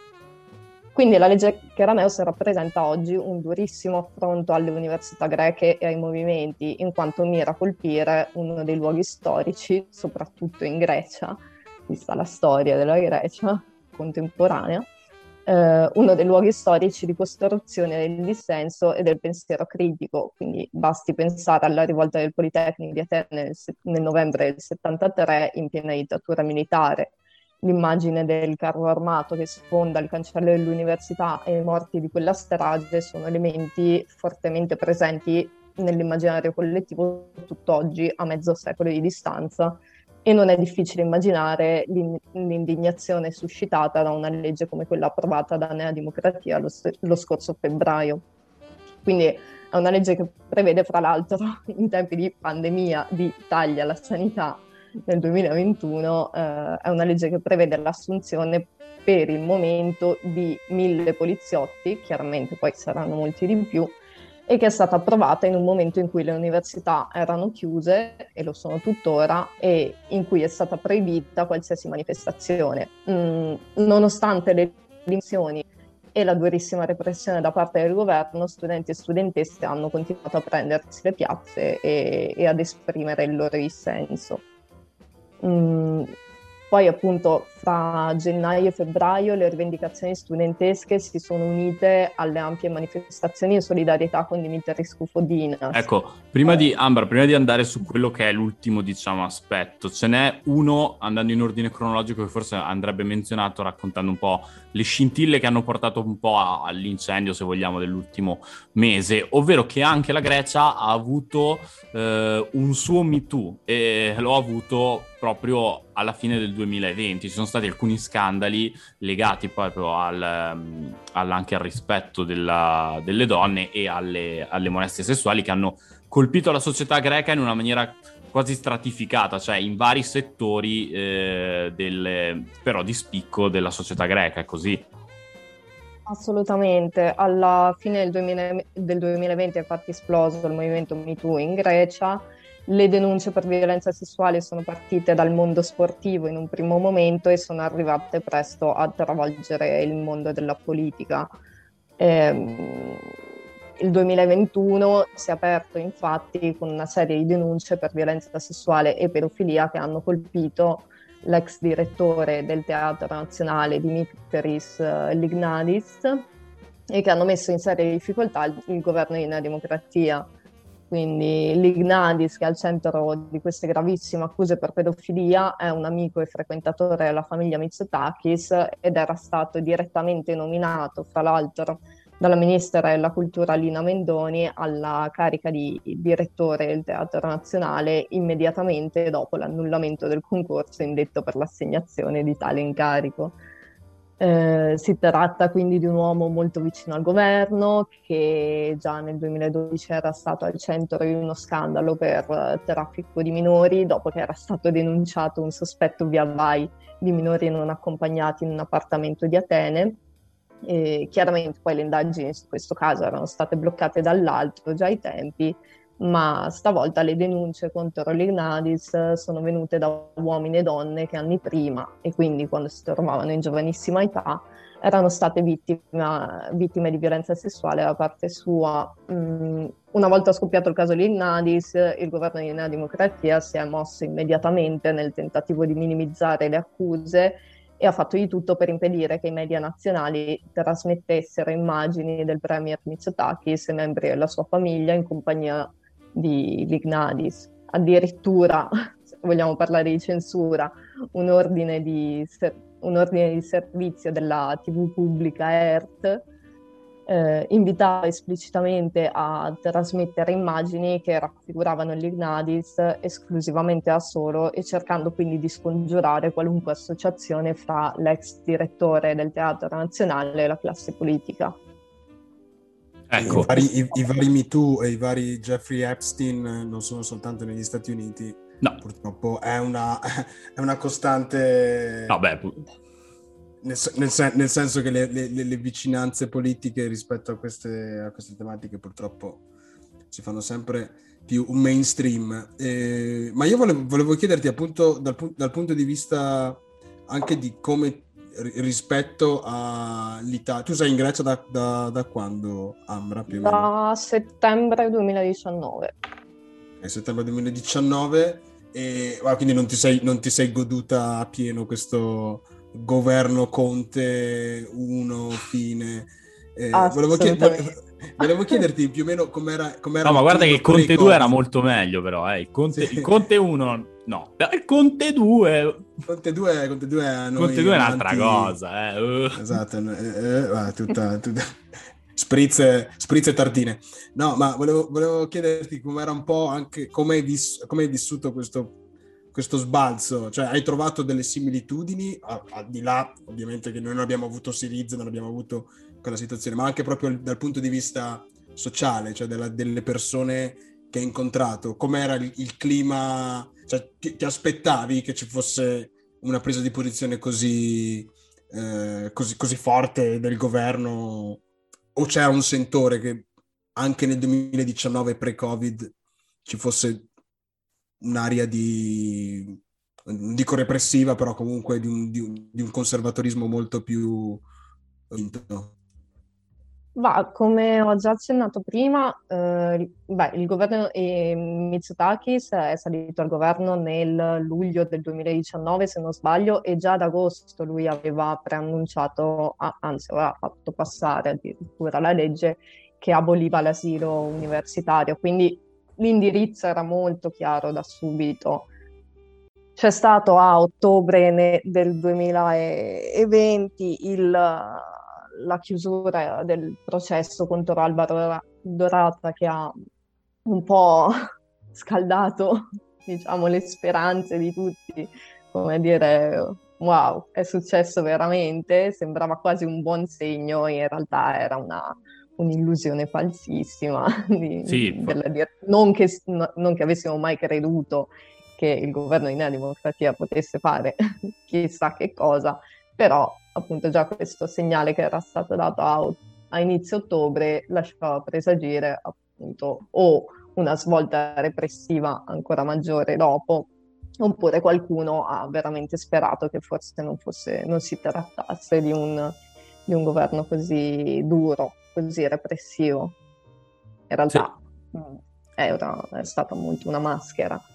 Quindi la legge Kerameos rappresenta oggi un durissimo affronto alle università greche e ai movimenti, in quanto mira a colpire uno dei luoghi storici, soprattutto in Grecia, vista la storia della Grecia contemporanea, eh, uno dei luoghi storici di costruzione del dissenso e del pensiero critico. Quindi basti pensare alla rivolta del Politecnico di Atene nel, nel novembre del settantatré, in piena dittatura militare. L'immagine del carro armato che sfonda il cancello dell'università e i morti di quella strage sono elementi fortemente presenti nell'immaginario collettivo tutt'oggi, a mezzo secolo di distanza, e non è difficile immaginare l'indignazione suscitata da una legge come quella approvata da Nea Dimocratia lo, lo scorso febbraio. Quindi è una legge che prevede, fra l'altro, in tempi di pandemia, di tagli alla sanità, nel duemilaventuno, eh, è una legge che prevede l'assunzione per il momento di mille poliziotti, chiaramente poi saranno molti di più, e che è stata approvata in un momento in cui le università erano chiuse, e lo sono tuttora, e in cui è stata proibita qualsiasi manifestazione. Mm, nonostante le limitazioni e la durissima repressione da parte del governo, studenti e studentesse hanno continuato a prendersi le piazze e, e ad esprimere il loro dissenso. Mm, poi appunto fra gennaio e febbraio le rivendicazioni studentesche si sono unite alle ampie manifestazioni in solidarietà con Dimitris Koufoudjian. Ecco, prima di Ambra, prima di andare su quello che è l'ultimo, diciamo, aspetto, ce n'è uno, andando in ordine cronologico, che forse andrebbe menzionato, raccontando un po' le scintille che hanno portato un po' a, all'incendio, se vogliamo, dell'ultimo mese, ovvero che anche la Grecia ha avuto eh, un suo Me Too, e lo ha avuto proprio alla fine del duemilaventi. Ci sono stati alcuni scandali legati proprio al, um, al, anche al rispetto della, delle donne e alle, alle molestie sessuali, che hanno colpito la società greca in una maniera quasi stratificata, cioè in vari settori eh, del, però di spicco della società greca, è così. Assolutamente, alla fine del, duemila, del duemilaventi è infatti esploso il movimento Me Too in Grecia. Le denunce per violenza sessuale sono partite dal mondo sportivo in un primo momento e sono arrivate presto a travolgere il mondo della politica. Eh, il duemilaventuno si è aperto infatti con una serie di denunce per violenza sessuale e pedofilia che hanno colpito l'ex direttore del Teatro Nazionale Dimitris Lignadis, e che hanno messo in seria difficoltà il, il governo di Nea Dimocrazia. Quindi Lignadis, che è al centro di queste gravissime accuse per pedofilia, è un amico e frequentatore della famiglia Mitsotakis ed era stato direttamente nominato, fra l'altro, dalla ministra della cultura Lina Mendoni alla carica di direttore del Teatro Nazionale immediatamente dopo l'annullamento del concorso indetto per l'assegnazione di tale incarico. Eh, si tratta quindi di un uomo molto vicino al governo, che già nel duemiladodici era stato al centro di uno scandalo per uh, traffico di minori, dopo che era stato denunciato un sospetto via vai di minori non accompagnati in un appartamento di Atene. E chiaramente poi le indagini su questo caso erano state bloccate dall'altro già ai tempi, ma stavolta le denunce contro Lignadis sono venute da uomini e donne che anni prima, e quindi quando si trovavano in giovanissima età, erano state vittime, vittime di violenza sessuale da parte sua. Mm, una volta scoppiato il caso Lignadis, il governo di Nea Dimocrazia si è mosso immediatamente nel tentativo di minimizzare le accuse e ha fatto di tutto per impedire che i media nazionali trasmettessero immagini del premier Mitsotakis e membri della sua famiglia in compagnia di Lignadis. Addirittura, se vogliamo parlare di censura, un ordine di, ser- un ordine di servizio della tivù pubblica E R T eh, invitava esplicitamente a trasmettere immagini che raffiguravano Lignadis esclusivamente da solo, e cercando quindi di scongiurare qualunque associazione fra l'ex direttore del Teatro Nazionale e la classe politica. Ecco. I vari, i, i vari Me Too e i vari Jeffrey Epstein non sono soltanto negli Stati Uniti. No. Purtroppo è una, è una costante... No, beh, nel, nel, sen- nel senso che le, le, le vicinanze politiche rispetto a queste, a queste tematiche purtroppo si fanno sempre più un mainstream. Eh, ma io volevo, volevo chiederti appunto dal, dal punto di vista anche di come rispetto all'Italia. Tu sei in Grecia da, da, da quando, Ambra, più o meno? Da settembre duemiladiciannove. Okay, settembre duemiladiciannove, e ah, quindi non ti, sei, non ti sei goduta a pieno questo governo Conte uno fine. Eh, volevo, chied- volevo chiederti più o meno com'era, com'era no, ma guarda che il Conte due era molto meglio, però eh. il, Conte, sì. il Conte uno no, il Conte due Conte due, Conte due, a noi Conte due è un'altra amanti... cosa eh. uh. Esatto, eh, eh, tutta, tutta... spritze, spritze tartine. No, ma volevo, volevo chiederti com'era un po' anche come hai, vis- come hai vissuto questo questo sbalzo, cioè hai trovato delle similitudini, al di là ovviamente che noi non abbiamo avuto Syriza, non abbiamo avuto quella situazione, ma anche proprio dal punto di vista sociale, cioè della, delle persone che hai incontrato, com'era il, il clima, cioè ti, ti aspettavi che ci fosse una presa di posizione così, eh, così, così forte del governo, o c'era un sentore che anche nel duemiladiciannove pre-Covid ci fosse un'area di, non dico repressiva, però comunque di un, di un, di un conservatorismo molto più vinto? Ma come ho già accennato prima, eh, beh, il governo eh, Mitsotakis è salito al governo nel luglio del duemiladiciannove, se non sbaglio, e già ad agosto lui aveva preannunciato, ah, anzi aveva fatto passare addirittura la legge che aboliva l'asilo universitario, quindi l'indirizzo era molto chiaro da subito. C'è stato a ottobre ne- del duemilaventi il, la chiusura del processo contro Alvaro Dorata, che ha un po' scaldato, diciamo, le speranze di tutti, come dire, wow, è successo veramente, sembrava quasi un buon segno, in realtà era una un'illusione falsissima, di, sì, della, non, che, non che avessimo mai creduto che il governo di Nea Dimocrazia potesse fare chissà che cosa, però appunto già questo segnale che era stato dato a, a inizio ottobre lasciava presagire appunto o una svolta repressiva ancora maggiore dopo, oppure qualcuno ha veramente sperato che forse non, fosse, non si trattasse di un, di un governo così duro, così repressivo. In realtà sì. è, una, è stata molto una maschera.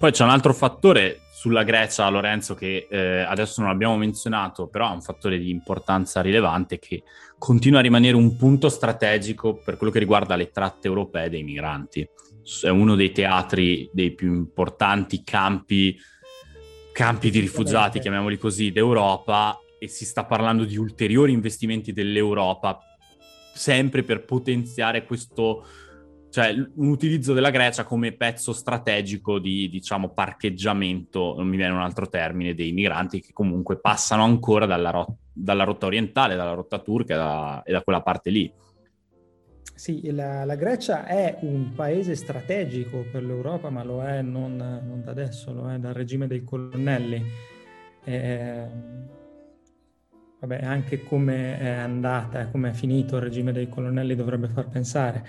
Poi c'è un altro fattore sulla Grecia, Lorenzo, che eh, adesso non abbiamo menzionato, però è un fattore di importanza rilevante che continua a rimanere un punto strategico per quello che riguarda le tratte europee dei migranti. È uno dei teatri, dei più importanti campi, campi di rifugiati, chiamiamoli così, d'Europa, e si sta parlando di ulteriori investimenti dell'Europa, sempre per potenziare questo, cioè un utilizzo della Grecia come pezzo strategico di, diciamo, parcheggiamento, non mi viene un altro termine, dei migranti che comunque passano ancora dalla, ro- dalla rotta orientale, dalla rotta turca e da, e da quella parte lì. Sì, la, la Grecia è un paese strategico per l'Europa, ma lo è non, non da adesso, lo è dal regime dei colonnelli. Eh, vabbè, anche come è andata, come è finito il regime dei colonnelli dovrebbe far pensare.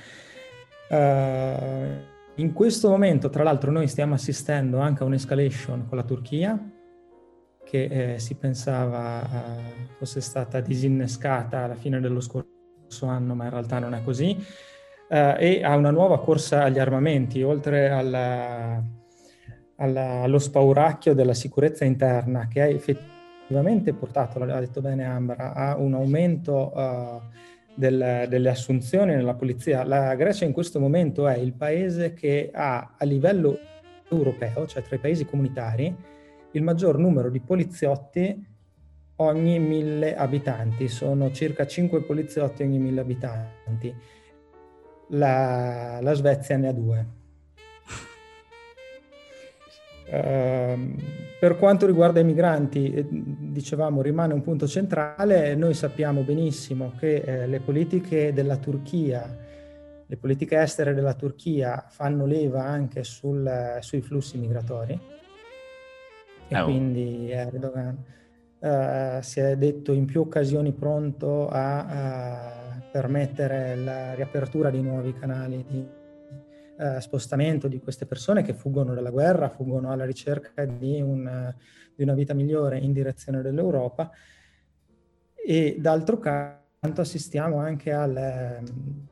Uh, in questo momento, tra l'altro, noi stiamo assistendo anche a un'escalation con la Turchia, che eh, si pensava uh, fosse stata disinnescata alla fine dello scorso anno, ma in realtà non è così, uh, e a una nuova corsa agli armamenti, oltre alla, alla, allo spauracchio della sicurezza interna, che ha effettivamente portato, l'ha detto bene Ambra, a un aumento uh, del, delle assunzioni nella polizia. La Grecia in questo momento è il paese che ha a livello europeo, cioè tra i paesi comunitari, il maggior numero di poliziotti ogni mille abitanti. Sono circa cinque poliziotti ogni mille abitanti. La, la Svezia ne ha due. Uh, per quanto riguarda i migranti, dicevamo, rimane un punto centrale. Noi sappiamo benissimo che eh, le politiche della Turchia, le politiche estere della Turchia fanno leva anche sul, sui flussi migratori. E oh. quindi Erdogan Uh, si è detto in più occasioni pronto a, a permettere la riapertura di nuovi canali di uh, spostamento di queste persone che fuggono dalla guerra, fuggono alla ricerca di, un, di una vita migliore in direzione dell'Europa. E d'altro canto assistiamo anche al um,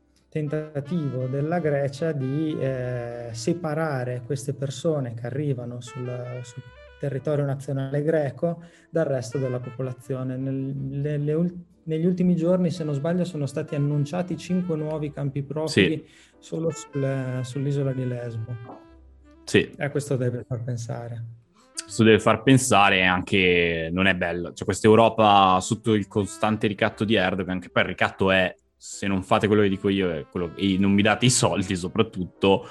tentativo della Grecia di eh, separare queste persone che arrivano sul, sul territorio nazionale greco dal resto della popolazione. Nel, le, le, negli ultimi giorni, se non sbaglio, sono stati annunciati cinque nuovi campi profughi sì. solo sul, sull'isola di Lesbo. Sì. E questo deve far pensare. Questo deve far pensare, e anche non è bello. Cioè, questa Europa sotto il costante ricatto di Erdogan, che poi il ricatto è: se non fate quello che dico io e, quello, e non mi date i soldi, soprattutto,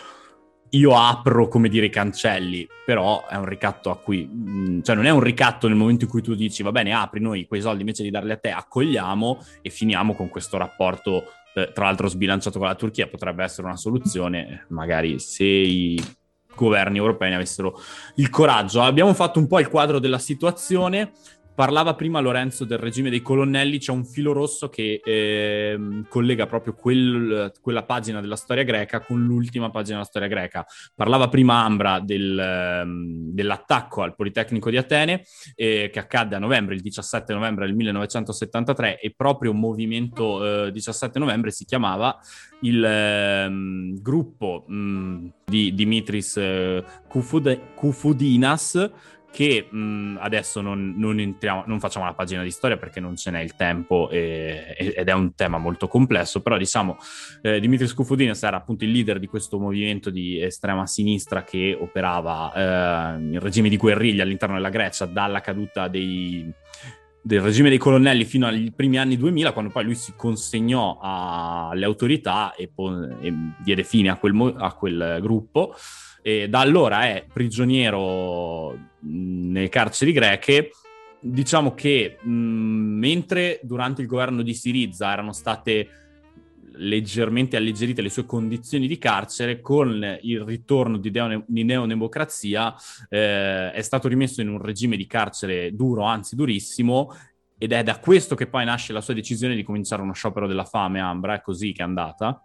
io apro, come dire, i cancelli. Però è un ricatto a cui, cioè non è un ricatto nel momento in cui tu dici va bene, apri, noi quei soldi invece di darli a te accogliamo e finiamo con questo rapporto, eh, tra l'altro sbilanciato con la Turchia. Potrebbe essere una soluzione, magari, se i governi europei ne avessero il coraggio. Abbiamo fatto un po' il quadro della situazione. Parlava prima Lorenzo del regime dei colonnelli. C'è un filo rosso che eh, collega proprio quel, quella pagina della storia greca con l'ultima pagina della storia greca. Parlava prima Ambra del, dell'attacco al Politecnico di Atene, eh, che accadde a novembre, il diciassette novembre del millenovecentosettantatré, e proprio un movimento eh, diciassette novembre si chiamava il eh, gruppo mh, di Dimitris eh, Kufud- Kufudinas, che mh, adesso non, non, entriamo, non facciamo la pagina di storia perché non ce n'è il tempo e, ed è un tema molto complesso, però diciamo eh, Dimitris Kufoudinas era appunto il leader di questo movimento di estrema sinistra che operava eh, in regime di guerriglia all'interno della Grecia dalla caduta dei, del regime dei colonnelli fino ai primi anni duemila, quando poi lui si consegnò a, alle autorità e, pon- e diede fine a quel, mo- a quel gruppo. E da allora è prigioniero mh, nelle carceri greche. Diciamo che mh, mentre durante il governo di Siriza erano state leggermente alleggerite le sue condizioni di carcere, con il ritorno di, deo- di neodemocrazia eh, è stato rimesso in un regime di carcere duro, anzi durissimo, ed è da questo che poi nasce la sua decisione di cominciare uno sciopero della fame. Ambra, è così che è andata?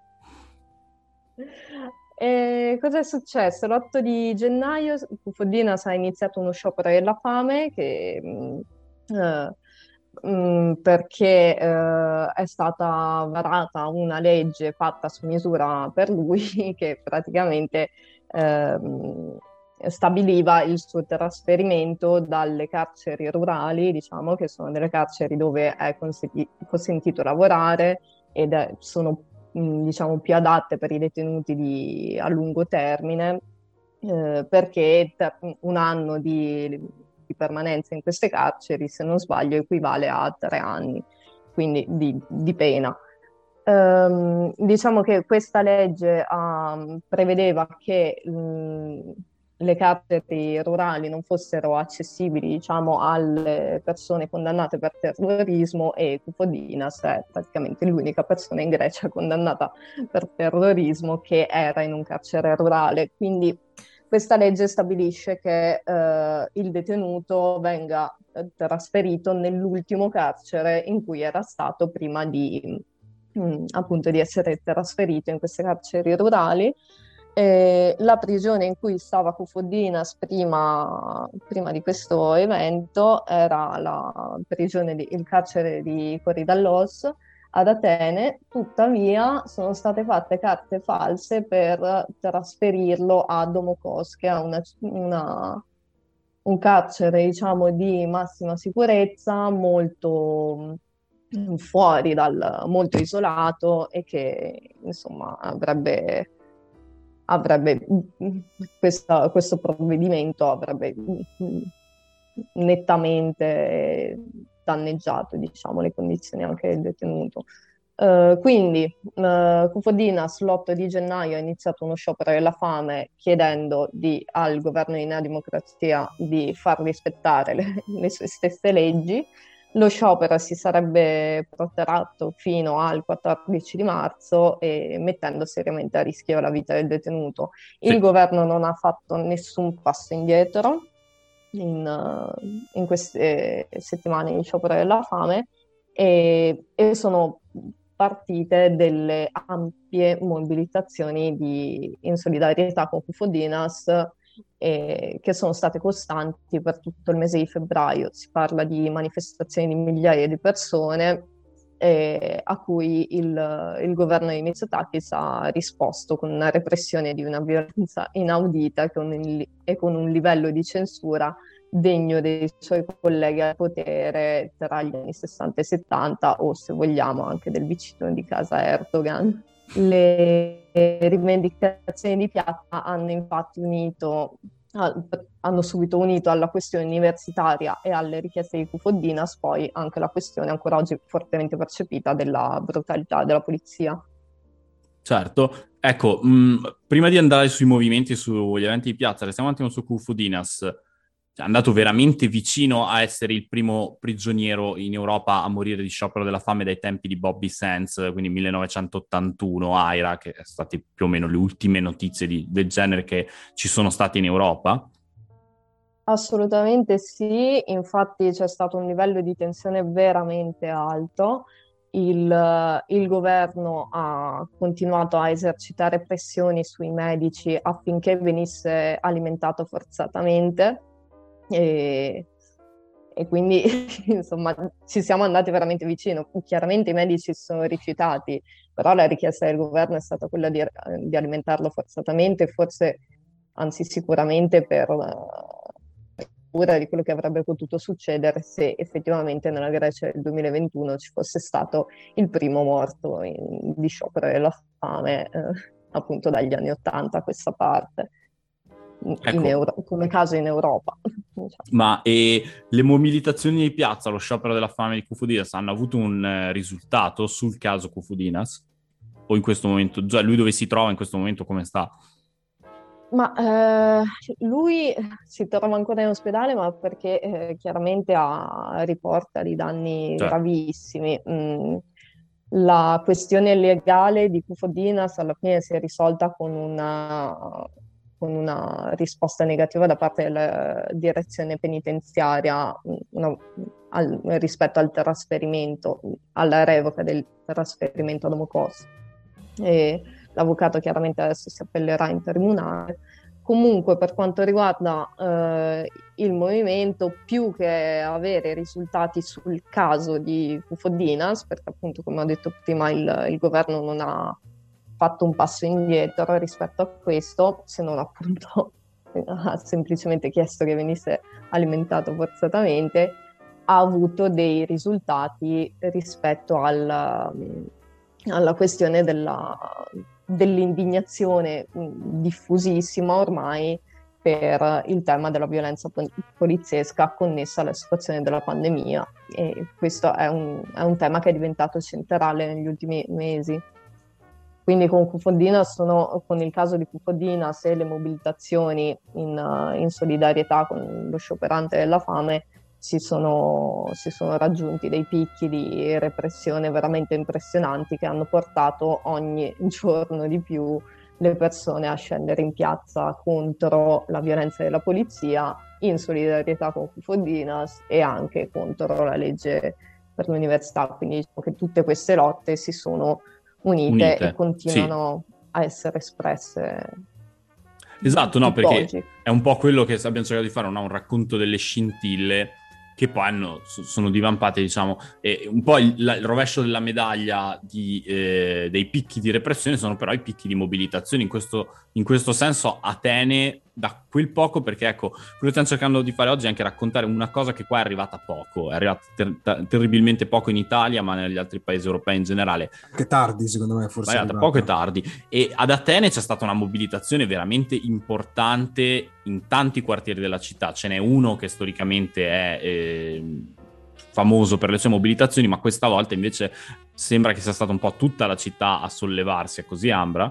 E cosa è successo? L'otto di gennaio Kufoudinas ha iniziato uno sciopero della fame che, mh, eh, mh, perché eh, è stata varata una legge fatta su misura per lui che praticamente eh, stabiliva il suo trasferimento dalle carceri rurali, diciamo, che sono delle carceri dove è consenti- consentito lavorare ed è, sono mh, diciamo più adatte per i detenuti di, a lungo termine, eh, perché ter- un anno di, di permanenza in queste carceri, se non sbaglio, equivale a tre anni, quindi di, di pena. Um, diciamo che questa legge um, prevedeva che um, le carceri rurali non fossero accessibili, diciamo, alle persone condannate per terrorismo, e Koufodinas è praticamente l'unica persona in Grecia condannata per terrorismo che era in un carcere rurale. Quindi questa legge stabilisce che eh, il detenuto venga trasferito nell'ultimo carcere in cui era stato prima di mh, appunto di essere trasferito in queste carceri rurali. Eh, la prigione in cui stava Koufodinas prima, prima di questo evento era la prigione di, il carcere di Korydallos ad Atene. Tuttavia sono state fatte carte false per trasferirlo a Domokos, che è una, una, un carcere, diciamo, di massima sicurezza, molto fuori dal, molto isolato, e che insomma avrebbe avrebbe questa, questo provvedimento avrebbe nettamente danneggiato, diciamo, le condizioni anche del detenuto. Uh, quindi uh, Koufodinas l'otto di gennaio ha iniziato uno sciopero della fame chiedendo di, al governo di Nea Dimocrazia di far rispettare le, le sue stesse leggi. Lo sciopero si sarebbe protratto fino al quattordici di marzo, e mettendo seriamente a rischio la vita del detenuto. Il sì. governo non ha fatto nessun passo indietro in, in queste settimane di sciopero della fame, e, e sono partite delle ampie mobilitazioni di, in solidarietà con Koufodinas, Eh, che sono state costanti per tutto il mese di febbraio. Si parla di manifestazioni di migliaia di persone, eh, a cui il, il governo di Mitsotakis ha risposto con una repressione di una violenza inaudita, con il, e con un livello di censura degno dei suoi colleghi al potere tra gli anni sessanta e settanta, o se vogliamo anche del vicino di casa Erdogan. Le rivendicazioni di piazza hanno infatti unito, hanno subito unito alla questione universitaria e alle richieste di Koufodinas poi anche la questione, ancora oggi fortemente percepita, della brutalità della polizia. Certo, ecco, mh, prima di andare sui movimenti e sugli eventi di piazza, restiamo un attimo su Koufodinas. È andato veramente vicino a essere il primo prigioniero in Europa a morire di sciopero della fame dai tempi di Bobby Sands, quindi millenovecentottantuno, Aira, che sono state più o meno le ultime notizie di, del genere che ci sono state in Europa. Assolutamente sì, infatti c'è stato un livello di tensione veramente alto. Il, il governo ha continuato a esercitare pressioni sui medici affinché venisse alimentato forzatamente. E, e quindi insomma ci siamo andati veramente vicino. Chiaramente i medici si sono rifiutati, però la richiesta del governo è stata quella di, di alimentarlo forzatamente, forse, anzi sicuramente per paura di quello che avrebbe potuto succedere se effettivamente nella Grecia del duemilaventuno ci fosse stato il primo morto in, di sciopero della fame, eh, appunto dagli anni ottanta a questa parte. Ecco. In Euro- come caso in Europa. Ma e le mobilitazioni di piazza, lo sciopero della fame di Koufodinas hanno avuto un eh, risultato sul caso Koufodinas? O in questo momento, già lui dove si trova in questo momento, come sta? Ma eh, lui si trova ancora in ospedale, ma perché eh, chiaramente ha, riporta di danni Certo. gravissimi. Mm. La questione legale di Koufodinas alla fine si è risolta con una con una risposta negativa da parte della direzione penitenziaria una, al, rispetto al trasferimento, alla revoca del trasferimento a Domokos. E l'avvocato chiaramente adesso si appellerà in tribunale. Comunque, per quanto riguarda eh, il movimento, più che avere risultati sul caso di Koufodinas, perché appunto, come ho detto prima, il, il governo non ha fatto un passo indietro rispetto a questo, se non appunto ha semplicemente chiesto che venisse alimentato forzatamente, ha avuto dei risultati rispetto al, alla questione della, dell'indignazione diffusissima ormai per il tema della violenza poliziesca connessa alla situazione della pandemia, e questo è un, è un tema che è diventato centrale negli ultimi mesi. Quindi con Cufodinas sono, con il caso di Cufodinas e le mobilitazioni in, in solidarietà con lo scioperante della fame si sono, si sono raggiunti dei picchi di repressione veramente impressionanti che hanno portato ogni giorno di più le persone a scendere in piazza contro la violenza della polizia, in solidarietà con Cufodinas e anche contro la legge per l'università. Quindi diciamo che tutte queste lotte si sono unite, Unite, e continuano sì. a essere espresse. Esatto, no, perché oggi. È un po' quello che abbiamo cercato di fare, no? Un racconto delle scintille che poi hanno, sono divampate, diciamo, e un po' il, il rovescio della medaglia di, eh, dei picchi di repressione sono però i picchi di mobilitazione. In questo, in questo senso Atene, da quel poco, perché ecco, quello che stiamo cercando di fare oggi è anche raccontare una cosa che qua è arrivata poco, è arrivata ter- ter- terribilmente poco in Italia, ma negli altri paesi europei in generale. Che tardi, secondo me, forse. È arrivata poco e tardi. E ad Atene c'è stata una mobilitazione veramente importante in tanti quartieri della città. Ce n'è uno che storicamente è eh, famoso per le sue mobilitazioni, ma questa volta invece sembra che sia stata un po' tutta la città a sollevarsi. È così, Ambra?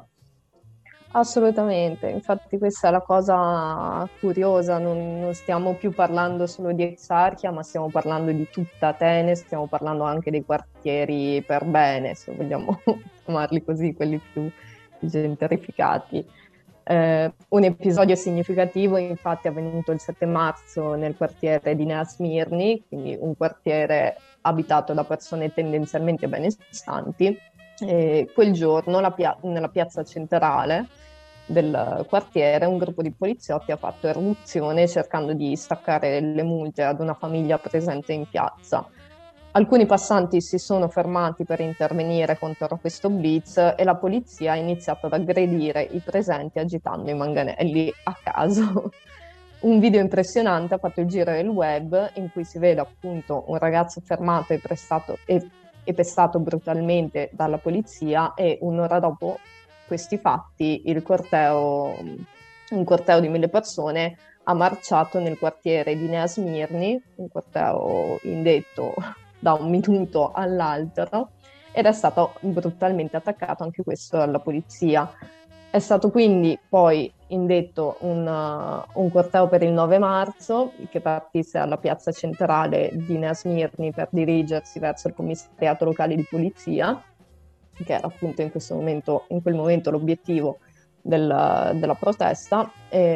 Assolutamente, infatti questa è la cosa curiosa, non, non stiamo più parlando solo di Exarchia, ma stiamo parlando di tutta Atene, stiamo parlando anche dei quartieri per bene, se vogliamo chiamarli così, quelli più gentrificati. Eh, un episodio significativo infatti è avvenuto il sette marzo nel quartiere di Nea Smirni, quindi un quartiere abitato da persone tendenzialmente benestanti. E quel giorno la pia- nella piazza centrale del quartiere un gruppo di poliziotti ha fatto irruzione cercando di staccare le multe ad una famiglia presente in piazza. Alcuni passanti si sono fermati per intervenire contro questo blitz e la polizia ha iniziato ad aggredire i presenti agitando i manganelli a caso. Un video impressionante ha fatto il giro del web in cui si vede appunto un ragazzo fermato e prestato e e pestato brutalmente dalla polizia, e un'ora dopo questi fatti il corteo, un corteo di mille persone ha marciato nel quartiere di Nea Smirni, un corteo indetto da un minuto all'altro, ed è stato brutalmente attaccato anche questo dalla polizia. È stato quindi poi indetto un, uh, un corteo per il nove marzo che partisse dalla piazza centrale di Nea Smirni per dirigersi verso il commissariato locale di polizia, che era appunto in questo momento, in quel momento l'obiettivo del, della protesta.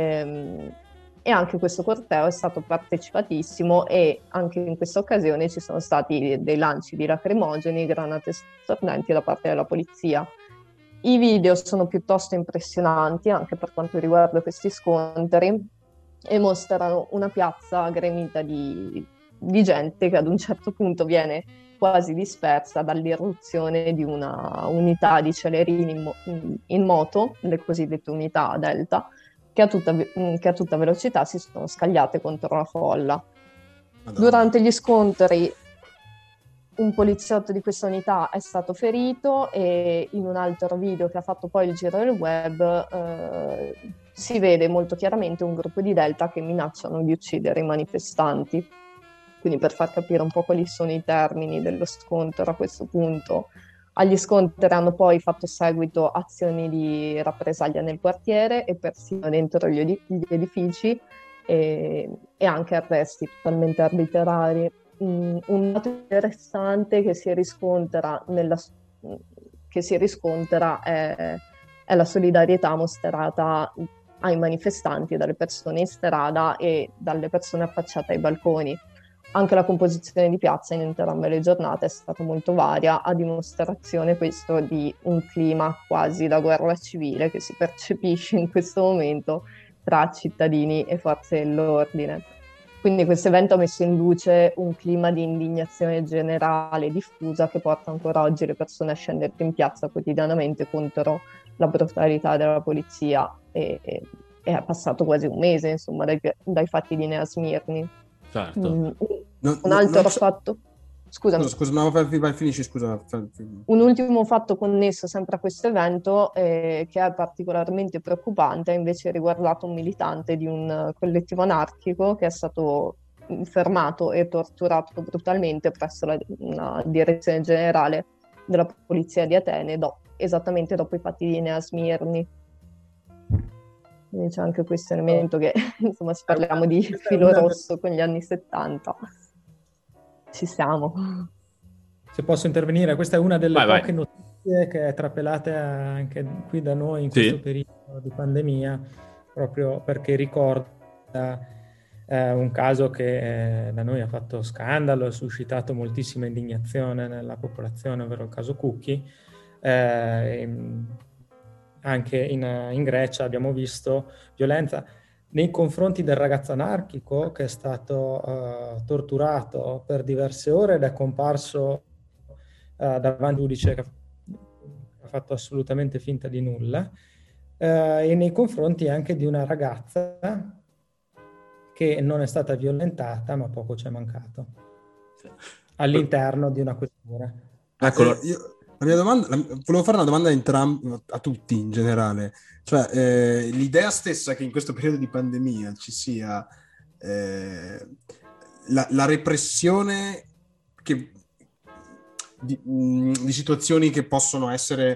E, e anche questo corteo è stato partecipatissimo, e anche in questa occasione ci sono stati dei lanci di lacrimogeni, granate stordenti da parte della polizia. I video sono piuttosto impressionanti anche per quanto riguarda questi scontri e mostrano una piazza gremita di, di gente che ad un certo punto viene quasi dispersa dall'irruzione di una unità di celerini in, mo- in moto, le cosiddette unità Delta, che a, tutta, che a tutta velocità si sono scagliate contro la folla. Madonna. Durante gli scontri un poliziotto di questa unità è stato ferito, e in un altro video che ha fatto poi il giro del web eh, si vede molto chiaramente un gruppo di Delta che minacciano di uccidere i manifestanti. Quindi, per far capire un po' quali sono i termini dello scontro a questo punto, agli scontri hanno poi fatto seguito azioni di rappresaglia nel quartiere e persino dentro gli, ed- gli edifici, e, e anche arresti totalmente arbitrari. Un dato interessante che si riscontra, nella, che si riscontra è, è la solidarietà mostrata ai manifestanti dalle persone in strada e dalle persone affacciate ai balconi. Anche la composizione di piazza in entrambe le giornate è stata molto varia, a dimostrazione questo di un clima quasi da guerra civile che si percepisce in questo momento tra cittadini e forze dell'ordine. Quindi questo evento ha messo in luce un clima di indignazione generale diffusa che porta ancora oggi le persone a scendere in piazza quotidianamente contro la brutalità della polizia e, e è passato quasi un mese, insomma, dai, dai fatti di Nea Smirni. Certo. Mm, No, un no, altro non so- fatto, scusami. Scusa, scusa, no, vai, vai, finisci, scusa. fa- Un ultimo fatto connesso sempre a questo evento, eh, che è particolarmente preoccupante, è invece riguardato un militante di un eh, collettivo anarchico che è stato fermato e torturato brutalmente presso la, la direzione generale della polizia di Atene, do- esattamente dopo i fatti di Nea Smirni. Quindi c'è anche questo elemento che, insomma, se parliamo di Questa è filo una- rosso con gli anni settanta, ci siamo. Se posso intervenire, questa è una delle Vai, vai. poche notizie che è trapelate anche qui da noi in Sì. questo periodo di pandemia, proprio perché ricorda eh, un caso che eh, da noi ha fatto scandalo, ha suscitato moltissima indignazione nella popolazione, ovvero il caso Cucchi. Eh, in- anche in, in Grecia abbiamo visto violenza nei confronti del ragazzo anarchico che è stato eh, torturato per diverse ore ed è comparso eh, davanti a un giudice che ha fatto assolutamente finta di nulla, eh, e nei confronti anche di una ragazza che non è stata violentata, ma poco ci è mancato, all'interno di una questura. Eccolo. Eh, io- la mia domanda, la- volevo fare una domanda a entrambi, a tutti in generale. Cioè, eh, l'idea stessa che in questo periodo di pandemia ci sia eh, la, la repressione che, di, mh, di situazioni che possono essere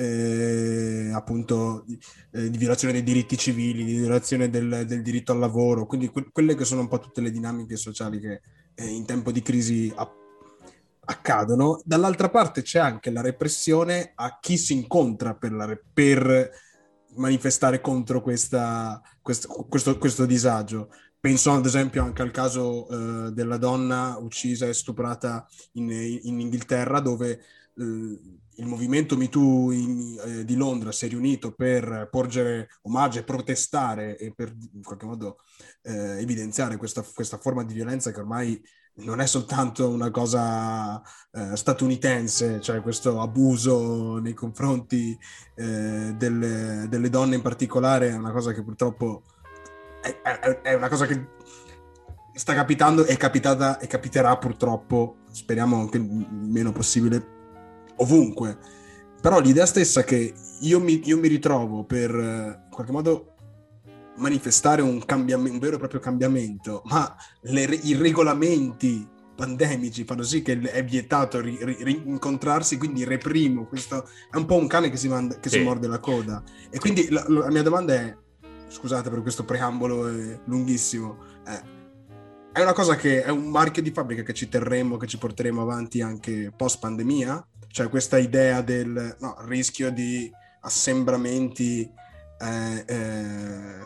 eh, appunto di, eh, di violazione dei diritti civili, di violazione del, del diritto al lavoro, quindi que- quelle che sono un po' tutte le dinamiche sociali che eh, in tempo di crisi app- accadono. Dall'altra parte c'è anche la repressione a chi si incontra per, la re- per manifestare contro questa, questo, questo, questo disagio. Penso ad esempio anche al caso eh, della donna uccisa e stuprata in, in Inghilterra, dove eh, il movimento Me Too in, eh, di Londra si è riunito per porgere omaggio e protestare e per in qualche modo eh, evidenziare questa, questa forma di violenza che ormai non è soltanto una cosa eh, statunitense, cioè questo abuso nei confronti eh, delle, delle donne in particolare, è una cosa che purtroppo è, è, è una cosa che sta capitando, è capitata e capiterà purtroppo, speriamo anche il meno possibile, ovunque. Però l'idea stessa che io mi, io mi ritrovo per eh, in qualche modo manifestare un cambiamento, un vero e proprio cambiamento, ma le, i regolamenti pandemici fanno sì che è vietato ri, ri, rincontrarsi, quindi reprimo. Questo è un po' un cane che si, manda, che Sì. si morde la coda. E quindi la, la mia domanda è, scusate per questo preambolo eh, lunghissimo, eh, è una cosa che è un marchio di fabbrica che ci terremo, che ci porteremo avanti anche post pandemia? Cioè questa idea del no, rischio di assembramenti eh, eh,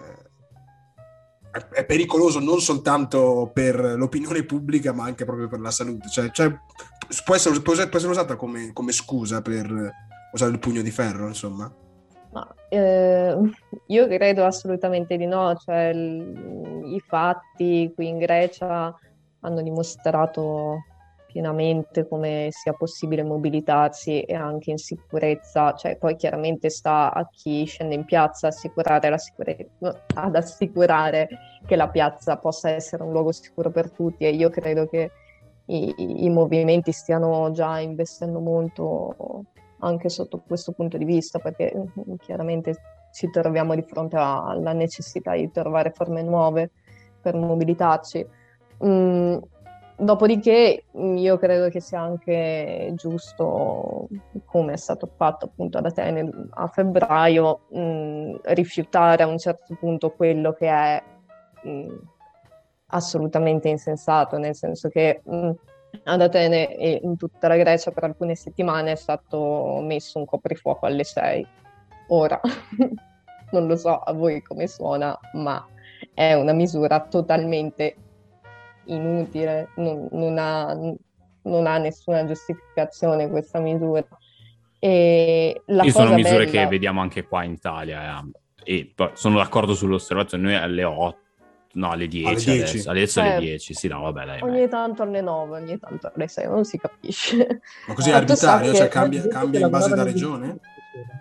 è pericoloso non soltanto per l'opinione pubblica ma anche proprio per la salute, cioè, cioè può, essere, può essere usata come, come scusa per usare il pugno di ferro, insomma. Ma, eh, io credo assolutamente di no, cioè il- i fatti qui in Grecia hanno dimostrato pienamente come sia possibile mobilitarsi e anche in sicurezza, cioè poi chiaramente sta a chi scende in piazza assicurare la sicurezza, ad assicurare che la piazza possa essere un luogo sicuro per tutti, e io credo che i, i movimenti stiano già investendo molto anche sotto questo punto di vista, perché mm, chiaramente ci troviamo di fronte a- alla necessità di trovare forme nuove per mobilitarci. Mm, Dopodiché mm, io credo che sia anche giusto, come è stato fatto appunto ad Atene a febbraio, mm, rifiutare a un certo punto quello che è mm, assolutamente insensato, nel senso che mm, ad Atene e in tutta la Grecia per alcune settimane è stato messo un coprifuoco alle sei. Ora, non lo so a voi come suona, ma è una misura totalmente inutile, non, non ha, non ha nessuna giustificazione questa misura. E la Ci sono cosa misure bella... che vediamo anche qua in Italia eh, e poi sono d'accordo sull'osservazione. Noi alle otto, no alle dieci, Alle dieci. adesso, adesso alle Eh, dieci, sì no vabbè dai. Ogni tanto alle nove, ogni tanto alle sei, non si capisce. Ma così è Fatto sta arbitrario, che- cioè cambia, Gente che cambia in base da lavoravano di- regione?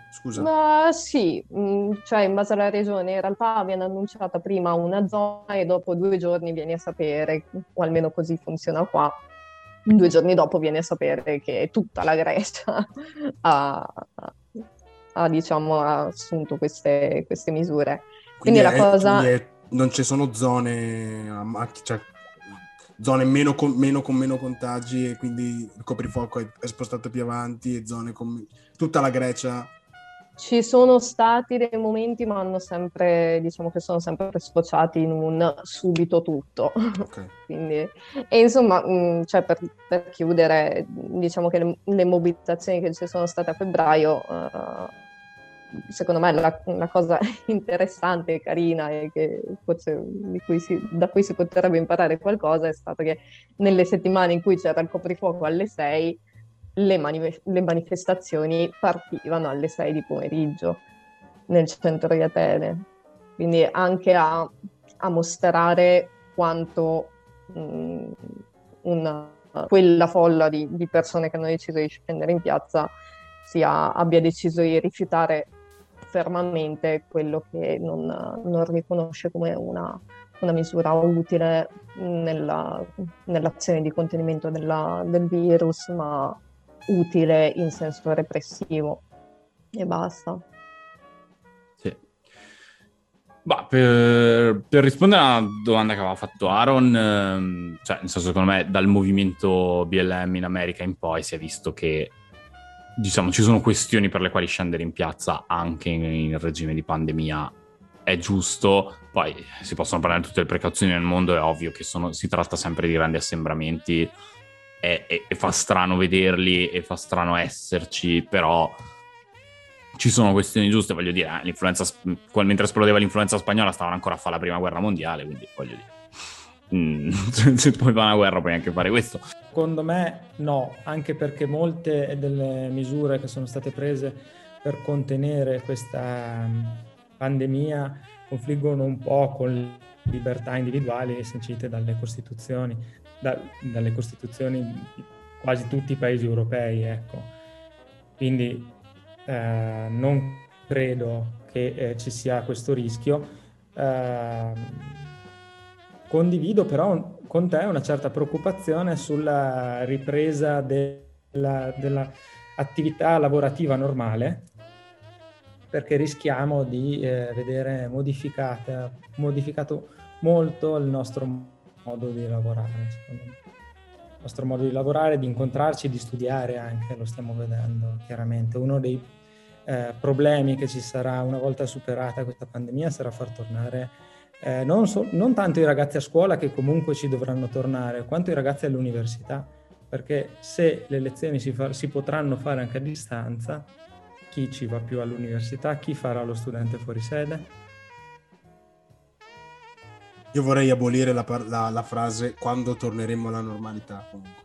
Scusa. Ma sì, mh, cioè in base alla regione in realtà viene annunciata prima una zona e dopo due giorni vieni a sapere, o almeno così funziona qua, due giorni dopo vieni a sapere che tutta la Grecia ha, ha, diciamo, ha assunto queste, queste misure. Quindi, Quindi la è- cosa... quindi è- non ci sono zone, a mac- cioè, zone meno con, meno con meno contagi e quindi il coprifuoco è, è spostato più avanti e zone con... Tutta la Grecia... Ci sono stati dei momenti, ma hanno sempre, diciamo che sono sempre sfociati in un subito tutto. Ok. Quindi, e insomma, mh, cioè per, per chiudere, diciamo che le, le mobilitazioni che ci sono state a febbraio, eh, secondo me la, la cosa interessante e carina e che forse di cui si, da cui si potrebbe imparare qualcosa è stato che nelle settimane in cui c'era il coprifuoco alle sei, le, mani- le manifestazioni partivano alle sei di pomeriggio nel centro di Atene, quindi anche a, a mostrare quanto mh, una, quella folla di, di persone che hanno deciso di scendere in piazza sia, abbia deciso di rifiutare fermamente quello che non, non riconosce come una, una misura utile nella, nell'azione di contenimento della, del virus, ma utile in senso repressivo e basta. Sì. Bah, per, per rispondere alla domanda che aveva fatto Aaron, ehm, cioè, nel senso, secondo me, dal movimento B L M in America in poi si è visto che, diciamo, ci sono questioni per le quali scendere in piazza anche in, in regime di pandemia è giusto. Poi si possono parlare di tutte le precauzioni nel mondo, è ovvio che sono, si tratta sempre di grandi assembramenti e, e, e fa strano vederli e fa strano esserci, però ci sono questioni giuste, voglio dire, eh, l'influenza, mentre esplodeva l'influenza spagnola stavano ancora a fare la prima guerra mondiale, quindi voglio dire, mm, se poi fa una guerra puoi anche fare questo. Secondo me no, anche perché molte delle misure che sono state prese per contenere questa pandemia confliggono un po' con le libertà individuali sancite dalle costituzioni, da, dalle costituzioni di quasi tutti i paesi europei, ecco. Quindi eh, non credo che eh, ci sia questo rischio. Eh, condivido però con te una certa preoccupazione sulla ripresa della, della attività lavorativa normale, perché rischiamo di eh, vedere modificata, modificato molto il nostro modo di lavorare, secondo me. Il nostro modo di lavorare, di incontrarci, di studiare anche, lo stiamo vedendo chiaramente. Uno dei eh, problemi che ci sarà una volta superata questa pandemia sarà far tornare eh, non, so, non tanto i ragazzi a scuola, che comunque ci dovranno tornare, quanto i ragazzi all'università, perché se le lezioni si, fa, si potranno fare anche a distanza, chi ci va più all'università, chi farà lo studente fuori sede? Io vorrei abolire la, par- la, la frase quando torneremo alla normalità, comunque.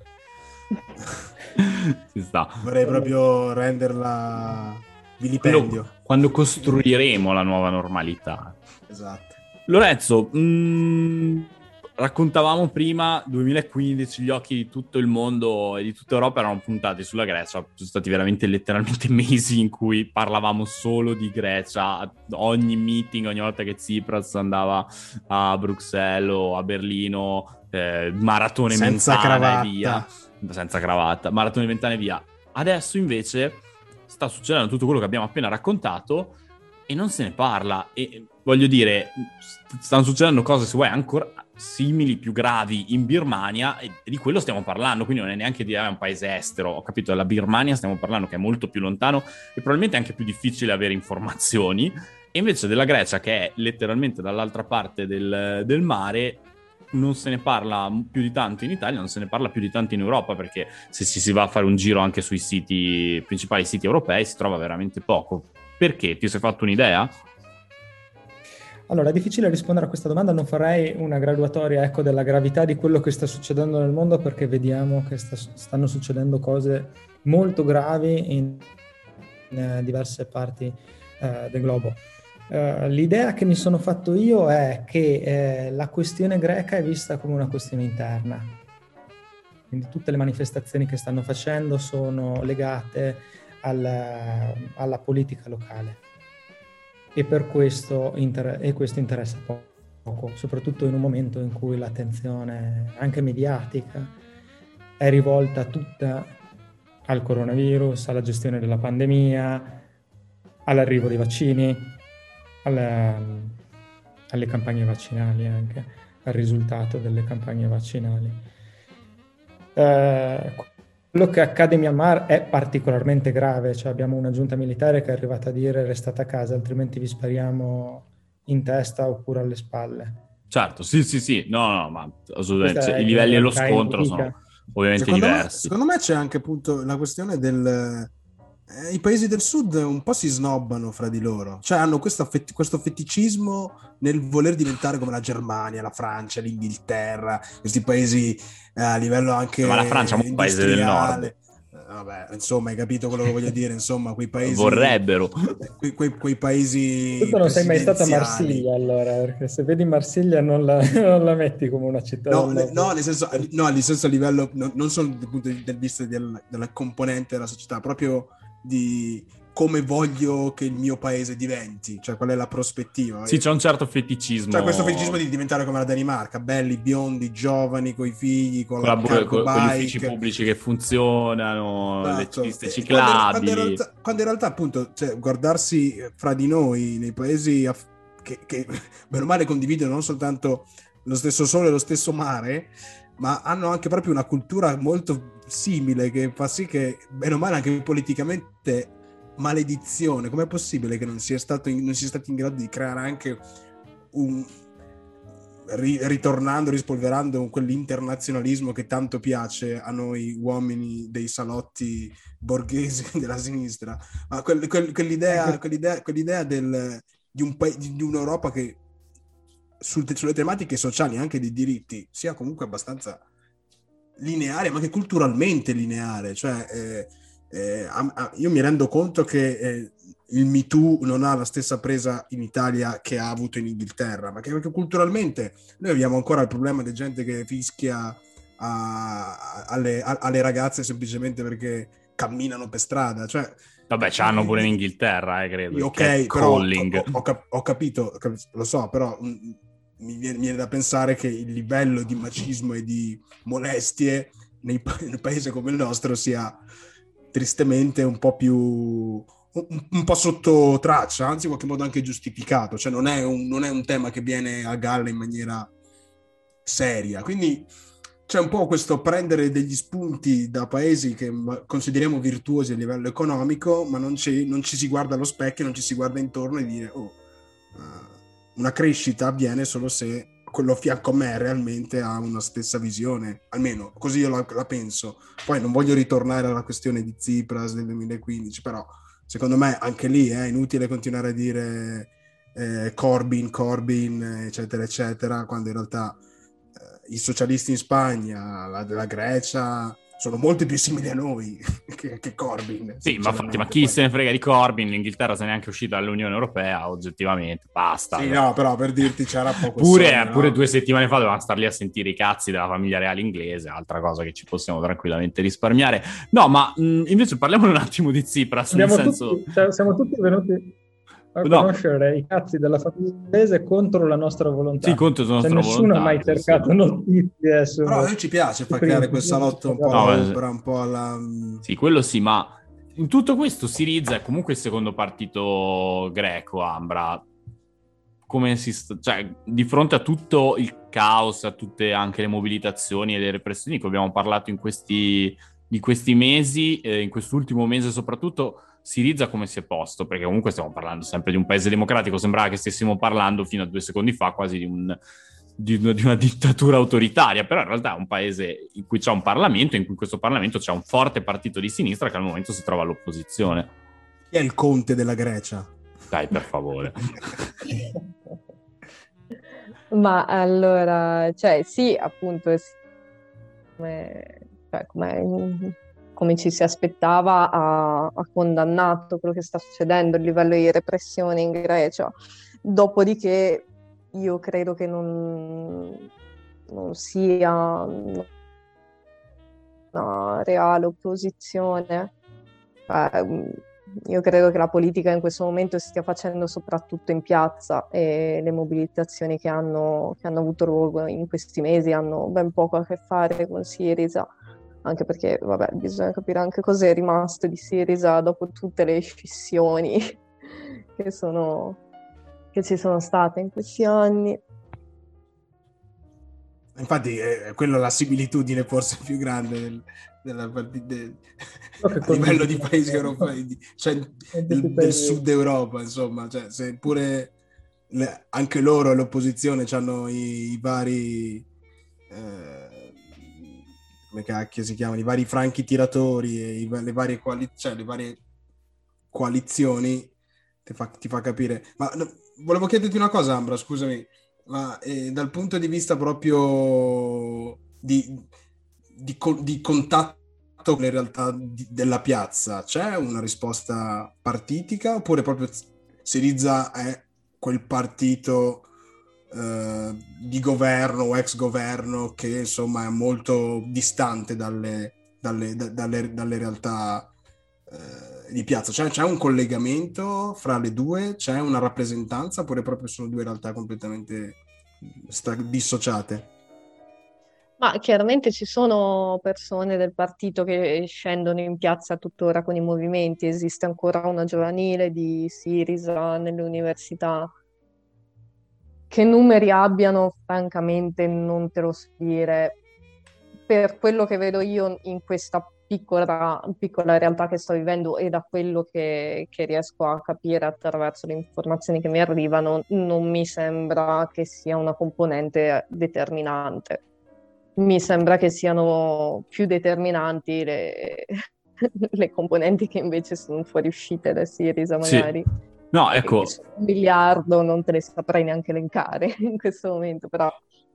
Si sta. Vorrei proprio renderla vilipendio. Quando, quando costruiremo la nuova normalità. Esatto. Lorenzo, mh, raccontavamo prima, duemilaquindici, gli occhi di tutto il mondo e di tutta Europa erano puntati sulla Grecia. Sono stati veramente letteralmente mesi in cui parlavamo solo di Grecia. Ogni meeting, ogni volta che Tsipras andava a Bruxelles o a Berlino, eh, maratone Senza mentana cravatta. e via. Senza cravatta, maratone mentana e via. Adesso invece sta succedendo tutto quello che abbiamo appena raccontato e non se ne parla. E voglio dire, stanno succedendo cose, se vuoi, ancora simili, più gravi in Birmania, e di quello stiamo parlando. Quindi non è neanche di eh, un paese estero, ho capito, della Birmania stiamo parlando, che è molto più lontano e probabilmente anche più difficile avere informazioni, e invece della Grecia, che è letteralmente dall'altra parte del, del mare, non se ne parla più di tanto in Italia, non se ne parla più di tanto in Europa, perché se si va a fare un giro anche sui siti, principali siti europei, si trova veramente poco. Perché? Ti sei fatto un'idea? Allora, è difficile rispondere a questa domanda, non farei una graduatoria, ecco, della gravità di quello che sta succedendo nel mondo, perché vediamo che sta, stanno succedendo cose molto gravi in, in eh, diverse parti eh, del globo. Uh, l'idea che mi sono fatto io è che eh, la questione greca è vista come una questione interna. Quindi tutte le manifestazioni che stanno facendo sono legate alla, alla politica locale. E per questo, inter- e questo interessa poco, soprattutto in un momento in cui l'attenzione anche mediatica è rivolta tutta al coronavirus, alla gestione della pandemia, all'arrivo dei vaccini, alla, alle campagne vaccinali anche, al risultato delle campagne vaccinali. Eh, quello che accade in Myanmar è particolarmente grave, cioè abbiamo una giunta militare che è arrivata a dire restate a casa, altrimenti vi spariamo in testa oppure alle spalle. Certo, sì, sì, sì, no, no, ma assolutamente, Questa è i livelli dello realtà scontro empirica. sono ovviamente Secondo me, diversi. secondo me c'è anche appunto la questione del... Eh, i paesi del sud un po' si snobbano fra di loro, cioè hanno questo, fet- questo feticismo nel voler diventare come la Germania, la Francia, l'Inghilterra, questi paesi eh, a livello anche Ma la Francia è un paese del nord. industriale. Eh, vabbè, insomma, hai capito quello che voglio dire, insomma, quei paesi... Vorrebbero. Quei, quei, quei paesi Tu non sei mai stato a presidenziali. Marsiglia, allora, perché se vedi Marsiglia non la, non la metti come una città No, del ne- nord. no, nel senso, no, nel senso a livello, no- non solo dal punto di del vista del- della componente della società, proprio di come voglio che il mio paese diventi, cioè qual è la prospettiva. Sì, c'è un certo feticismo. Cioè questo feticismo di diventare come la Danimarca, belli, biondi, giovani, coi figli, con, con, la la bu- cargo con, con gli uffici bike. pubblici che funzionano, Esatto. le piste E quando, quando, in ciclabili. realtà, quando in realtà appunto cioè, guardarsi fra di noi nei paesi aff- che, che bene o male condividono non soltanto lo stesso sole e lo stesso mare, ma hanno anche proprio una cultura molto simile che fa sì che bene o male anche politicamente maledizione, com'è possibile che non sia stato in, non sia stato in grado di creare anche un ri, ritornando, rispolverando quell'internazionalismo che tanto piace a noi uomini dei salotti borghesi della sinistra, ma quel, quel, quell'idea, quell'idea, quell'idea del, di, un pa- di un'Europa che sul, sulle tematiche sociali, anche dei diritti, sia comunque abbastanza lineare, ma anche culturalmente lineare. Cioè, eh, eh, a, a, io mi rendo conto che eh, il Me Too non ha la stessa presa in Italia che ha avuto in Inghilterra, ma che, perché culturalmente noi abbiamo ancora il problema di gente che fischia a, a, alle, a, alle ragazze semplicemente perché camminano per strada. Cioè, vabbè, c'hanno pure in Inghilterra, eh, credo. Ok, però ho, Calling. ho, cap- ho capito, lo so, però mh, mi, viene, mi viene da pensare che il livello di macismo e di molestie nei pa- in un paese come il nostro sia tristemente un po' più un, un po' sotto traccia, anzi in qualche modo anche giustificato, cioè non è un, non è un tema che viene a galla in maniera seria, quindi c'è un po' questo prendere degli spunti da paesi che consideriamo virtuosi a livello economico, ma non ci, non ci si guarda allo specchio, non ci si guarda intorno e dire oh, uh, una crescita avviene solo se quello a fianco a me realmente ha una stessa visione, almeno così io la, la penso. Poi non voglio ritornare alla questione di Tsipras del duemilaquindici, però secondo me anche lì è inutile continuare a dire eh, Corbyn, Corbyn, eccetera, eccetera, quando in realtà i socialisti in Spagna, la, la Grecia, sono molto più simili a noi che, che Corbyn. Sì, ma infatti, ma chi poi... se ne frega di Corbyn? L'Inghilterra se n'è anche uscita dall'Unione Europea, oggettivamente, basta. Sì, no, però per dirti c'era poco pure, sogno, pure no? Due settimane fa dovevamo star lì a sentire i cazzi della famiglia reale inglese, altra cosa che ci possiamo tranquillamente risparmiare. No, ma mh, invece parliamo un attimo di Tsipras, nel senso... Tutti, cioè, siamo tutti venuti... a no. conoscere i cazzi della famiglia inglese contro la nostra volontà. Sì, contro la nostra cioè, volontà. Nessuno ha mai cercato sì. notizie su... Però a noi ci piace far creare quel salotto un po' no, all'opera, un po' alla... Sì, quello sì, ma in tutto questo Syriza è comunque il secondo partito greco, Ambra. Come si sta... cioè, di fronte a tutto il caos, a tutte anche le mobilitazioni e le repressioni che abbiamo parlato in questi, di questi mesi, eh, in quest'ultimo mese soprattutto, Syriza come si è posto? Perché comunque stiamo parlando sempre di un paese democratico, sembrava che stessimo parlando fino a due secondi fa quasi di, un, di, una, di una dittatura autoritaria, però in realtà è un paese in cui c'è un Parlamento, in cui in questo Parlamento c'è un forte partito di sinistra che al momento si trova all'opposizione. Chi è il conte della Grecia? Dai, per favore. Ma allora, cioè sì, appunto, come, cioè, come, come ci si aspettava, ha, ha condannato quello che sta succedendo a livello di repressione in Grecia. Dopodiché io credo che non, non sia una reale opposizione Eh, io credo che la politica in questo momento si stia facendo soprattutto in piazza e le mobilitazioni che hanno, che hanno avuto luogo in questi mesi hanno ben poco a che fare con Syriza, anche perché, vabbè, bisogna capire anche cos'è rimasto di Syriza dopo tutte le scissioni che, sono, che ci sono state in questi anni. Infatti è quella la similitudine forse più grande del, della partita del, a livello di paesi europei, di, cioè del, del sud Europa, insomma, cioè, seppure le, anche loro e l'opposizione hanno i, i vari eh, come cacchio si chiamano, i vari franchi tiratori e i, le varie coali, cioè le varie coalizioni, ti fa, ti fa capire. Ma no, volevo chiederti una cosa, Ambra, scusami. Ma eh, dal punto di vista proprio di, di, di contatto con le realtà di, della piazza, c'è una risposta partitica oppure proprio Syriza è quel partito eh, di governo o ex governo che insomma è molto distante dalle, dalle, da, dalle, dalle realtà eh, di piazza? C'è, c'è un collegamento fra le due? C'è una rappresentanza oppure proprio sono due realtà completamente sta- dissociate? Ma chiaramente ci sono persone del partito che scendono in piazza tuttora con i movimenti, esiste ancora una giovanile di Syriza nelle università. Che numeri abbiano, francamente non te lo so dire. Per quello che vedo io in questa piccola, piccola realtà che sto vivendo e da quello che, che riesco a capire attraverso le informazioni che mi arrivano, non mi sembra che sia una componente determinante. Mi sembra che siano più determinanti le, le componenti che invece sono fuoriuscite da Syriza, magari. Sì. No, ecco. Un miliardo non te le saprei neanche elencare in questo momento, però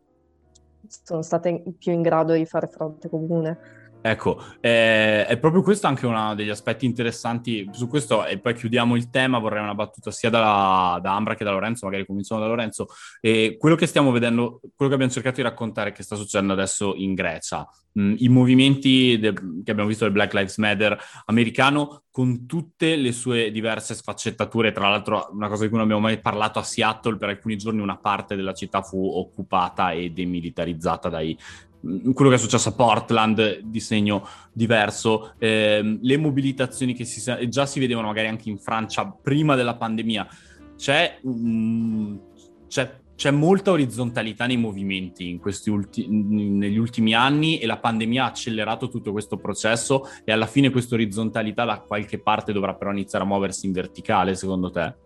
sono state più in grado di fare fronte comune. Ecco, eh, è proprio questo anche uno degli aspetti interessanti su questo, e poi chiudiamo il tema. Vorrei una battuta sia da, da Ambra che da Lorenzo, magari cominciamo da Lorenzo. E quello che stiamo vedendo, quello che abbiamo cercato di raccontare che sta succedendo adesso in Grecia, mh, i movimenti de- che abbiamo visto del Black Lives Matter americano, con tutte le sue diverse sfaccettature. Tra l'altro, una cosa di cui non abbiamo mai parlato, a Seattle per alcuni giorni una parte della città fu occupata e demilitarizzata dai quello che è successo a Portland di segno diverso, eh, le mobilitazioni che si, già si vedevano magari anche in Francia prima della pandemia. C'è, um, c'è, c'è molta orizzontalità nei movimenti in questi ulti- negli ultimi anni, e la pandemia ha accelerato tutto questo processo, e alla fine questa orizzontalità da qualche parte dovrà però iniziare a muoversi in verticale, secondo te?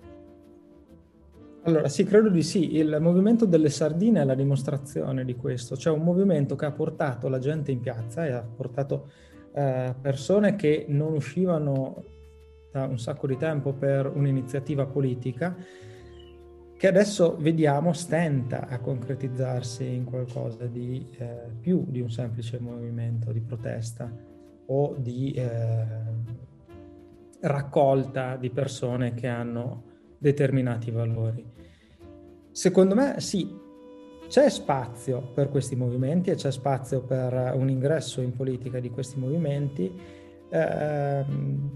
Allora, sì, credo di sì. Il movimento delle sardine è la dimostrazione di questo. C'è un movimento che ha portato la gente in piazza e ha portato eh, persone che non uscivano da un sacco di tempo per un'iniziativa politica, che adesso vediamo stenta a concretizzarsi in qualcosa di eh, più di un semplice movimento di protesta o di eh, raccolta di persone che hanno determinati valori. Secondo me sì, c'è spazio per questi movimenti e c'è spazio per un ingresso in politica di questi movimenti. Eh,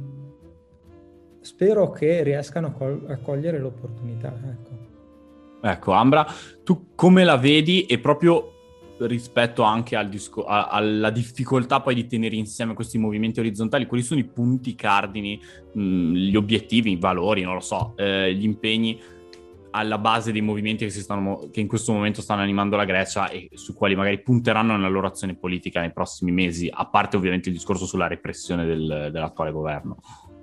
spero che riescano a, col- a cogliere l'opportunità. Ecco. Ecco, Ambra, tu come la vedi, e proprio rispetto anche al disco- a- alla difficoltà poi di tenere insieme questi movimenti orizzontali, quali sono i punti cardini, mh, gli obiettivi, i valori, non lo so, eh, gli impegni alla base dei movimenti che, si stanno, che in questo momento stanno animando la Grecia e su quali magari punteranno nella loro azione politica nei prossimi mesi, a parte ovviamente il discorso sulla repressione del, dell'attuale governo?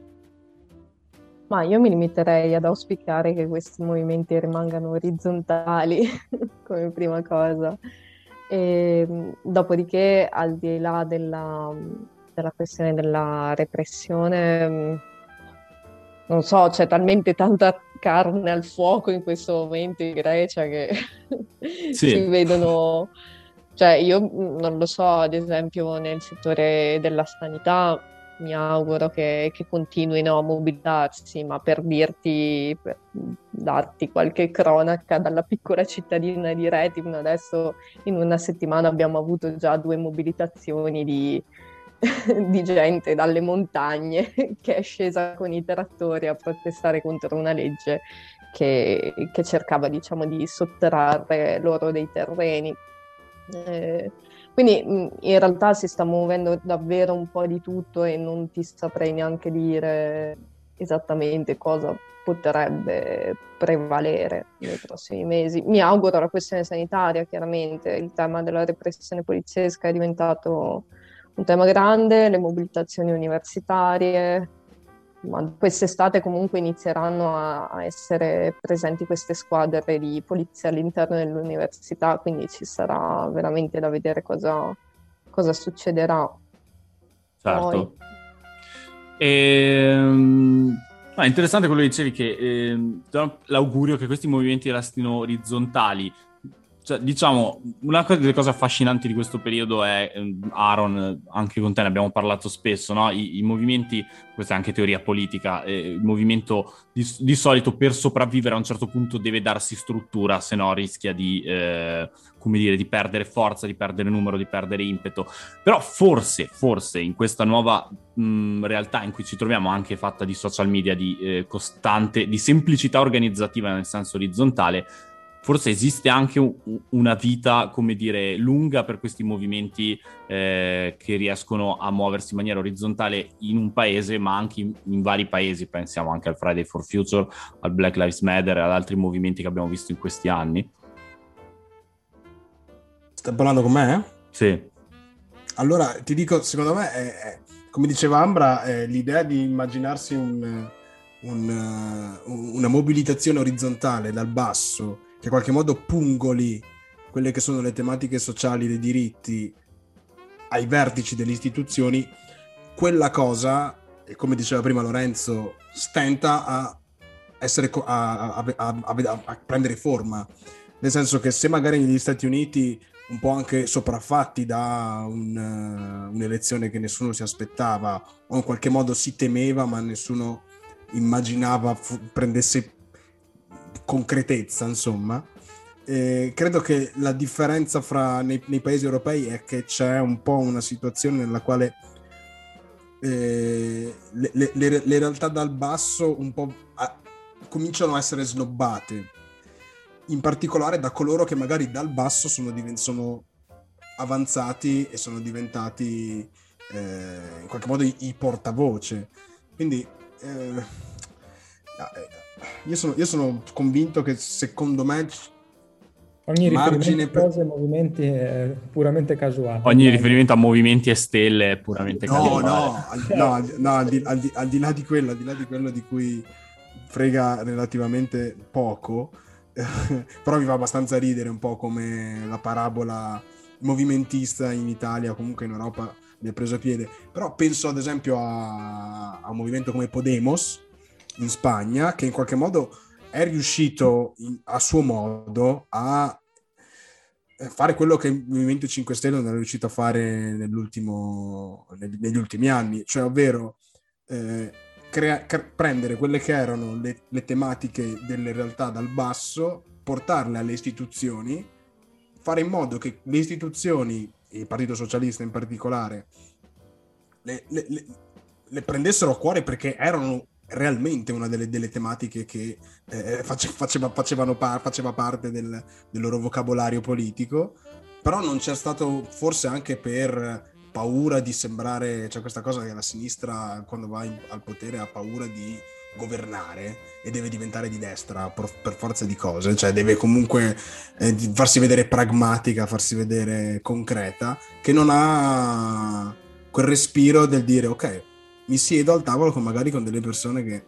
Ma io mi limiterei ad auspicare che questi movimenti rimangano orizzontali come prima cosa. E, dopodiché, al di là della, della questione della repressione, non so, c'è talmente tanta carne al fuoco in questo momento in Grecia che Sì. si vedono, cioè io non lo so, ad esempio nel settore della sanità mi auguro che, che continuino a mobilitarsi, ma per dirti, per darti qualche cronaca dalla piccola cittadina di Rethymno, adesso in una settimana abbiamo avuto già due mobilitazioni di di gente dalle montagne che è scesa con i trattori a protestare contro una legge che, che cercava, diciamo, di sottrarre loro dei terreni. Eh, quindi in realtà si sta muovendo davvero un po' di tutto e non ti saprei neanche dire esattamente cosa potrebbe prevalere nei prossimi mesi. Mi auguro la questione sanitaria, chiaramente, il tema della repressione poliziesca è diventato un tema grande, le mobilitazioni universitarie, ma quest'estate comunque inizieranno a, a essere presenti queste squadre di polizia all'interno dell'università, quindi ci sarà veramente da vedere cosa, cosa succederà. Certo. Poi... Ehm... Ah, è interessante quello che dicevi, che eh, l'augurio che questi movimenti restino orizzontali. Cioè, diciamo, una delle cose affascinanti di questo periodo è, eh, Aaron, anche con te ne abbiamo parlato spesso, no? I, i movimenti, questa è anche teoria politica, eh, il movimento di, di solito per sopravvivere a un certo punto deve darsi struttura, se no rischia di, eh, come dire, di perdere forza, di perdere numero, di perdere impeto. Però forse, forse in questa nuova mh, realtà in cui ci troviamo, anche fatta di social media, di eh, costante, di semplicità organizzativa nel senso orizzontale, forse esiste anche un, una vita, come dire, lunga per questi movimenti eh, che riescono a muoversi in maniera orizzontale in un paese, ma anche in, in vari paesi. Pensiamo anche al Friday for Future, al Black Lives Matter e ad altri movimenti che abbiamo visto in questi anni. Stai parlando con me? Eh? Sì. Allora, ti dico, secondo me, è, è, come diceva Ambra, è l'idea di immaginarsi un, un, una mobilitazione orizzontale dal basso, che in qualche modo pungoli quelle che sono le tematiche sociali dei diritti ai vertici delle istituzioni, quella cosa, e come diceva prima Lorenzo, stenta a essere a, a, a, a, a prendere forma, nel senso che se magari negli Stati Uniti, un po' anche sopraffatti da un, un'elezione che nessuno si aspettava o in qualche modo si temeva ma nessuno immaginava fu- prendesse concretezza, insomma, eh, credo che la differenza fra nei, nei paesi europei è che c'è un po' una situazione nella quale eh, le, le, le, le realtà dal basso un po' a, cominciano a essere snobbate, in particolare da coloro che magari dal basso sono, diven- sono avanzati e sono diventati eh, in qualche modo i, i portavoce. Quindi eh, Io sono, io sono convinto che secondo me ogni margine riferimento per... a cose e movimenti è puramente casuale. Ogni riferimento a movimenti e stelle è puramente no, casuale. No, al, no, no al, di, al, di, al di là di quello, al di là di quello di cui frega relativamente poco, però mi fa abbastanza ridere un po' come la parabola movimentista in Italia, comunque in Europa ne ha preso piede. Però penso ad esempio a, a un movimento come Podemos in Spagna, che in qualche modo è riuscito in, a suo modo a fare quello che il Movimento cinque Stelle non è riuscito a fare nell'ultimo, negli, negli ultimi anni, cioè ovvero eh, crea, cre- prendere quelle che erano le, le tematiche delle realtà dal basso, portarle alle istituzioni, fare in modo che le istituzioni, il Partito Socialista in particolare, le, le, le, le prendessero a cuore, perché erano realmente una delle, delle tematiche che eh, face, faceva, facevano par, faceva parte del, del loro vocabolario politico, però non c'è stato, forse anche per paura di sembrare, c'è questa cosa che la sinistra quando va in, al potere ha paura di governare e deve diventare di destra per, per forza di cose, cioè deve comunque eh, farsi vedere pragmatica, farsi vedere concreta, che non ha quel respiro del dire ok, mi siedo al tavolo con magari con delle persone che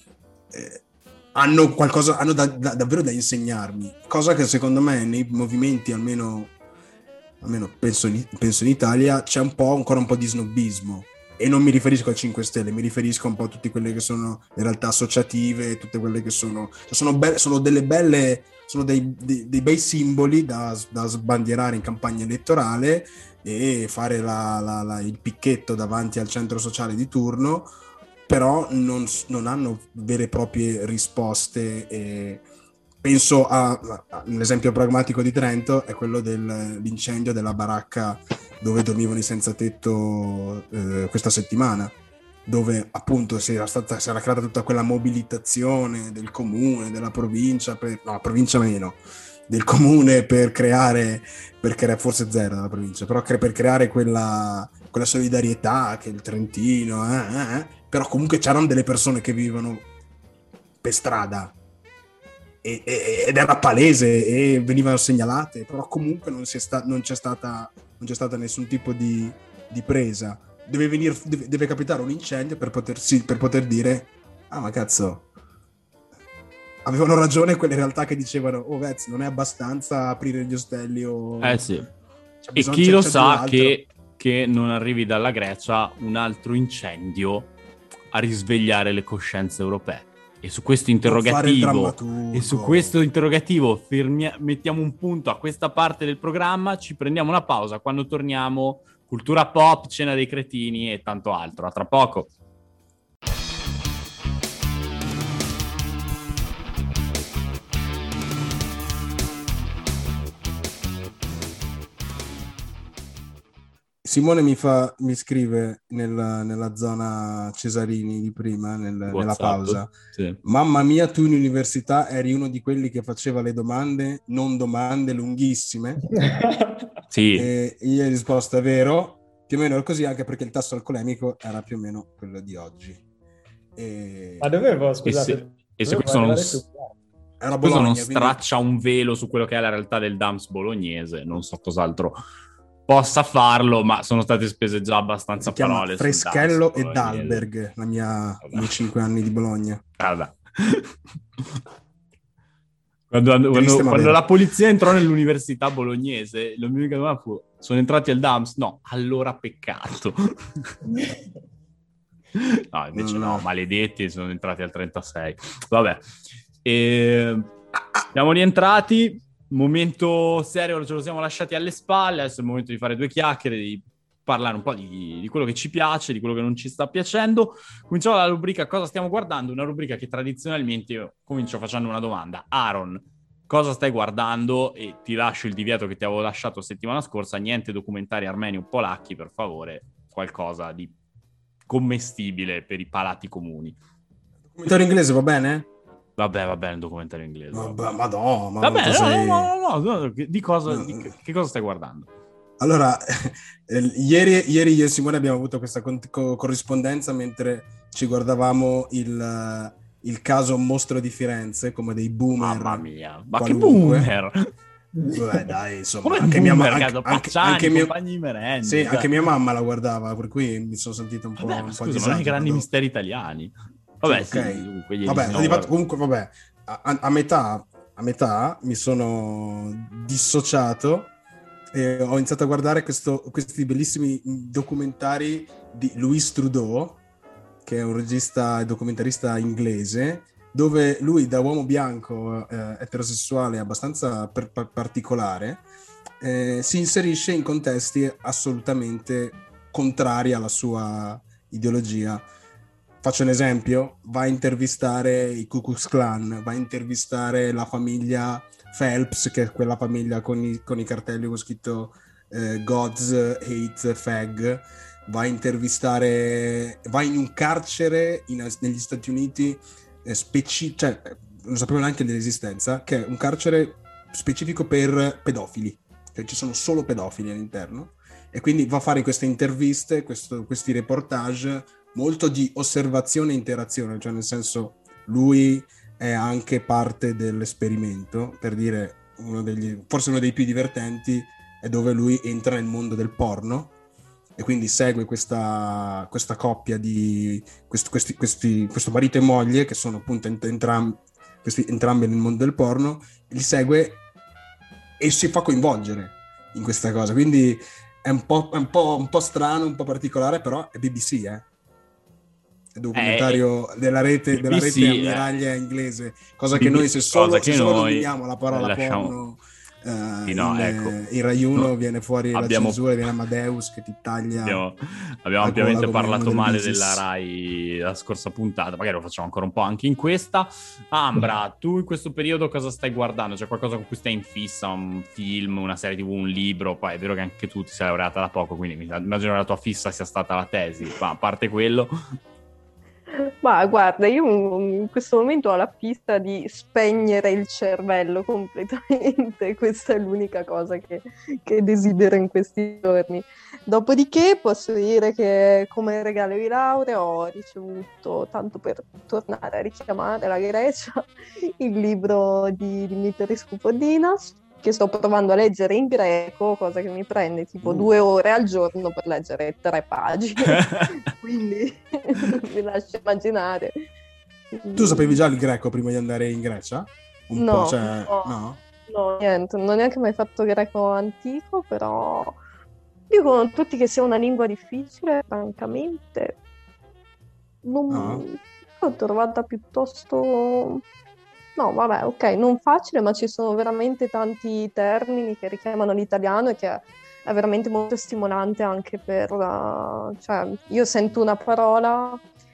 eh, hanno qualcosa, hanno da, da, davvero da insegnarmi, cosa che secondo me nei movimenti, almeno, almeno penso, in, penso in Italia, c'è un po' ancora un po' di snobismo, e non mi riferisco al cinque Stelle, mi riferisco un po' a tutte quelle che sono le realtà associative, tutte quelle che sono cioè sono, be- sono delle belle, sono dei, dei, dei bei simboli da, da sbandierare in campagna elettorale e fare la, la, la, il picchetto davanti al centro sociale di turno, però non, non hanno vere e proprie risposte. E penso a, a, all'esempio pragmatico di Trento, è quello dell'incendio della baracca dove dormivano i senza tetto eh, questa settimana, dove appunto si era, stata, si era creata tutta quella mobilitazione del comune, della provincia, per, no, provincia meno, del comune per creare, per creare forse zero della provincia, però cre- per creare quella, quella solidarietà che il Trentino, eh, eh, però comunque c'erano delle persone che vivono per strada e, e, ed era palese e venivano segnalate, però comunque non, si è sta- non, c'è, stata, non c'è stata nessun tipo di, di presa. Deve, venire, deve, deve capitare un incendio per, potersi, per poter dire ah ma cazzo, avevano ragione quelle realtà che dicevano oh Vez, non è abbastanza aprire gli ostelli o... Eh sì. C'è E bisogno, chi c'è, lo c'è sa che, che non arrivi dalla Grecia un altro incendio a risvegliare le coscienze europee. E su questo interrogativo e su questo interrogativo fermi- mettiamo un punto a questa parte del programma, ci prendiamo una pausa, quando torniamo cultura pop, cena dei cretini e tanto altro. A tra poco. Simone mi fa mi scrive nella, nella zona Cesarini di prima, nel, nella pausa. Sì. Mamma mia, tu in università eri uno di quelli che faceva le domande, non domande lunghissime. Sì. E io ho risposto, è vero, più o meno era così, anche perché il tasso alcolemico era più o meno quello di oggi. E... Ma dovevo, scusate, e se, e se dovevo questo non, arrivare era questo Bologna, non quindi... straccia un velo su quello che è la realtà del D A M S bolognese, non so cos'altro possa farlo, ma sono state spese già abbastanza si chiama parole Freschello sul e Dalberg, la mia, i miei cinque anni di Bologna. Vabbè. Quando, quando, quando la polizia entrò nell'università bolognese, la mia unica domanda fu: sono entrati al D A M S? No, allora peccato. No, invece no, no, maledetti, sono entrati al trentasei. Vabbè, e... siamo rientrati. Momento serio, ce lo siamo lasciati alle spalle. Adesso è il momento di fare due chiacchiere, di parlare un po' di, di quello che ci piace, di quello che non ci sta piacendo. Cominciamo dalla rubrica Cosa stiamo guardando, una rubrica che tradizionalmente io comincio facendo una domanda. Aaron, cosa stai guardando? E ti lascio il divieto che ti avevo lasciato settimana scorsa, niente documentari armeni o polacchi, per favore, qualcosa di commestibile per i palati comuni. Documentario inglese va bene? Vabbè, va bene il documentario inglese. Vabbè, ma no, ma vabbè, no, sei... no, no, no, no, di cosa, no. Di, che cosa stai guardando? Allora, eh, ieri, ieri io e Simone abbiamo avuto questa con- co- corrispondenza mentre ci guardavamo il, il caso Mostro di Firenze, come dei boomer. Mamma mia, ma qualunque. che boomer! Beh, dai, insomma, come anche boomer, mia, anche, anche, Pacciani, anche mia, compagni di merenda. sì, anche mia mamma la guardava, per cui mi sono sentito un po', vabbè, un scusa, po' ma non è grandi misteri italiani. Vabbè, sì, okay. Sì, comunque, vabbè, no, arrivato, comunque, vabbè, a, a, metà, a metà mi sono dissociato e ho iniziato a guardare questo, questi bellissimi documentari di Louis Trudeau, che è un regista e documentarista inglese, dove lui, da uomo bianco eh, eterosessuale abbastanza per, per particolare, eh, si inserisce in contesti assolutamente contrari alla sua ideologia. Faccio un esempio: va a intervistare i Ku Klux Klan, va a intervistare la famiglia Phelps, che è quella famiglia con i, con i cartelli con scritto eh, God's Hate Fag, va a intervistare, va in un carcere in, negli Stati Uniti, eh, speci- cioè, non sapevo neanche dell'esistenza, che è un carcere specifico per pedofili, cioè ci sono solo pedofili all'interno, e quindi va a fare queste interviste, questo, questi reportage molto di osservazione e interazione, cioè nel senso lui è anche parte dell'esperimento, per dire, uno degli, forse uno dei più divertenti è dove lui entra nel mondo del porno e quindi segue questa, questa coppia di questi, questi, questi, questo marito e moglie che sono appunto entrambi, questi, entrambi nel mondo del porno, li segue e si fa coinvolgere in questa cosa, quindi è un po', è un po', un po' strano, un po' particolare, però è B B C, eh documentario eh, della rete della rete ammiraglia eh. inglese, cosa B B C, che noi se solo, se solo noi nominiamo la parola lasciamo... porno Uh, sì, no, in, ecco. in Rai uno viene fuori abbiamo... la censura, viene Amadeus che ti taglia. Abbiamo, abbiamo ampiamente parlato male della Rai la scorsa puntata, magari lo facciamo ancora un po' anche in questa. Ambra, tu in questo periodo cosa stai guardando? C'è qualcosa con cui stai in fissa? Un film, una serie tivù, un libro? Poi è vero che anche tu ti sei laureata da poco, quindi immagino che la tua fissa sia stata la tesi, ma a parte quello... Ma guarda, io in questo momento ho la fissa di spegnere il cervello completamente, questa è l'unica cosa che, che desidero in questi giorni. Dopodiché posso dire che come regalo di laurea ho ricevuto, tanto per tornare a richiamare la Grecia, il libro di Dimitris Kouffodinas, che sto provando a leggere in greco, cosa che mi prende tipo uh. due ore al giorno per leggere tre pagine, quindi vi lascio immaginare. Tu sapevi già il greco prima di andare in Grecia? Un no, po', cioè... no, no, no, niente, non ho neanche mai fatto greco antico, però dicono tutti che sia una lingua difficile, francamente non no. l'ho trovata piuttosto... No, vabbè, ok, non facile, ma ci sono veramente tanti termini che richiamano l'italiano e che è veramente molto stimolante anche per... Uh, cioè, io sento una parola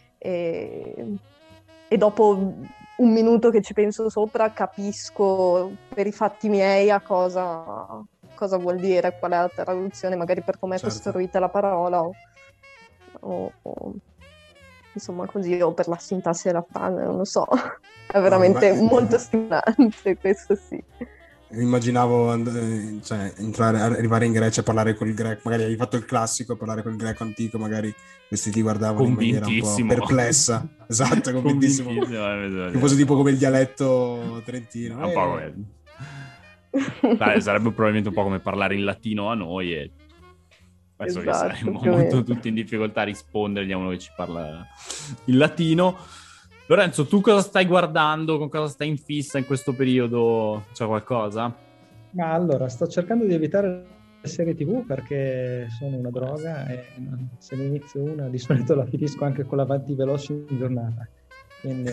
e, e dopo un minuto che ci penso sopra capisco per i fatti miei a cosa, cosa vuol dire, qual è la traduzione, magari per come è certo. costruita la parola o... o, o insomma così, o per la sintassi della frase, non lo so, è veramente no, ma... molto stimolante, questo sì. Immaginavo and- cioè, entrare, arrivare in Grecia e parlare col greco, magari hai fatto il classico, parlare col greco antico, magari questi ti guardavano in maniera un po' perplessa. Esatto, convintissimo. convintissimo. Che fosse tipo come il dialetto trentino. Un eh. po' come... Dai, sarebbe probabilmente un po' come parlare in latino a noi e penso esatto, che saremmo molto tutti in difficoltà a rispondergli a uno che ci parla in latino. Lorenzo, tu cosa stai guardando? Con cosa stai in fissa in questo periodo? C'è qualcosa? Ma allora, sto cercando di evitare le serie tivù perché sono una droga e se ne inizio una di solito la finisco anche con l'avanti veloce in giornata. Quindi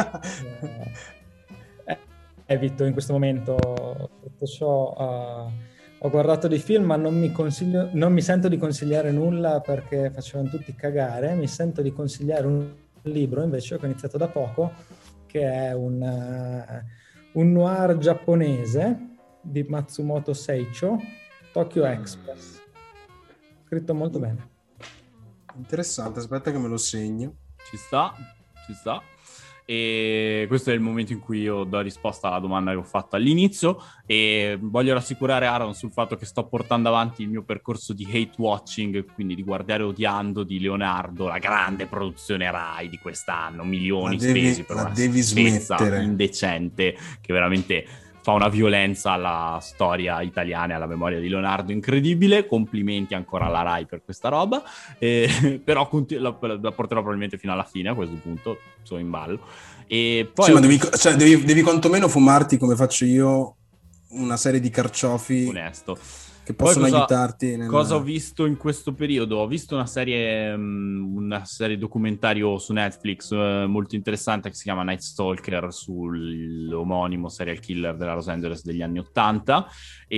eh, evito in questo momento tutto ciò. Uh, Ho guardato dei film, ma non mi, consiglio, non mi sento di consigliare nulla perché facevano tutti cagare. Mi sento di consigliare un libro, invece, che ho iniziato da poco, che è un, uh, un noir giapponese di Matsumoto Seicho, Tokyo Express. Scritto molto bene. Interessante, aspetta che me lo segno. Ci sta, ci sta. E questo è il momento in cui io do risposta alla domanda che ho fatto all'inizio e voglio rassicurare Aaron sul fatto che sto portando avanti il mio percorso di hate watching, quindi di guardare odiando di Leonardo, la grande produzione Rai di quest'anno, milioni devi, spesi per una devi spezza smettere. indecente che veramente fa una violenza alla storia italiana e alla memoria di Leonardo incredibile. Complimenti ancora alla Rai per questa roba, eh, però conti- la, la porterò probabilmente fino alla fine. A questo punto sono in ballo. E poi sì, ma devi, cioè, devi, devi quantomeno fumarti, come faccio io, una serie di carciofi onesto che possono cosa, aiutarti nel... Cosa ho visto in questo periodo? Ho visto una serie una serie documentario su Netflix uh, molto interessante che si chiama Night Stalker, sull'omonimo serial killer della Los Angeles degli anni Ottanta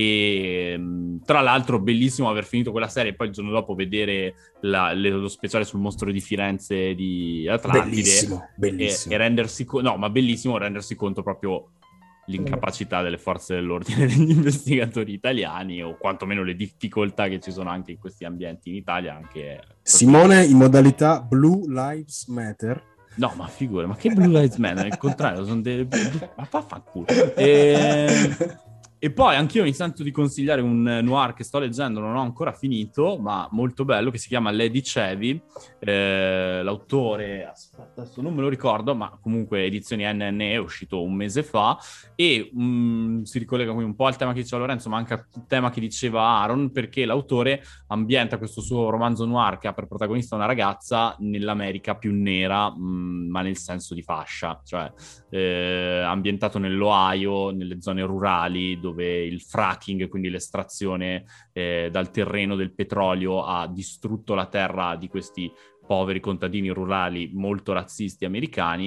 e tra l'altro bellissimo aver finito quella serie e poi il giorno dopo vedere la, le, lo speciale sul mostro di Firenze di Atlantide. Bellissimo, bellissimo. E, e rendersi conto, no ma bellissimo rendersi conto proprio l'incapacità delle forze dell'ordine degli investigatori italiani o quantomeno le difficoltà che ci sono anche in questi ambienti in Italia. Anche Simone in modalità Blue Lives Matter. No, ma figura, ma che Blue Lives Matter? Al contrario, sono delle... ma vaffanculo. E... E poi anch'io mi sento di consigliare un noir che sto leggendo, non ho ancora finito, ma molto bello, che si chiama Lady Cevi. Eh, l'autore, aspetta, adesso non me lo ricordo, ma comunque edizioni N N E, è uscito un mese fa, e um, si ricollega qui un po' al tema che diceva Lorenzo, ma anche al tema che diceva Aaron, perché l'autore ambienta questo suo romanzo noir che ha per protagonista una ragazza nell'America più nera, mh, ma nel senso di fascia, cioè eh, ambientato nell'Ohio, nelle zone rurali, dove il fracking, quindi l'estrazione eh, dal terreno del petrolio, ha distrutto la terra di questi poveri contadini rurali molto razzisti americani.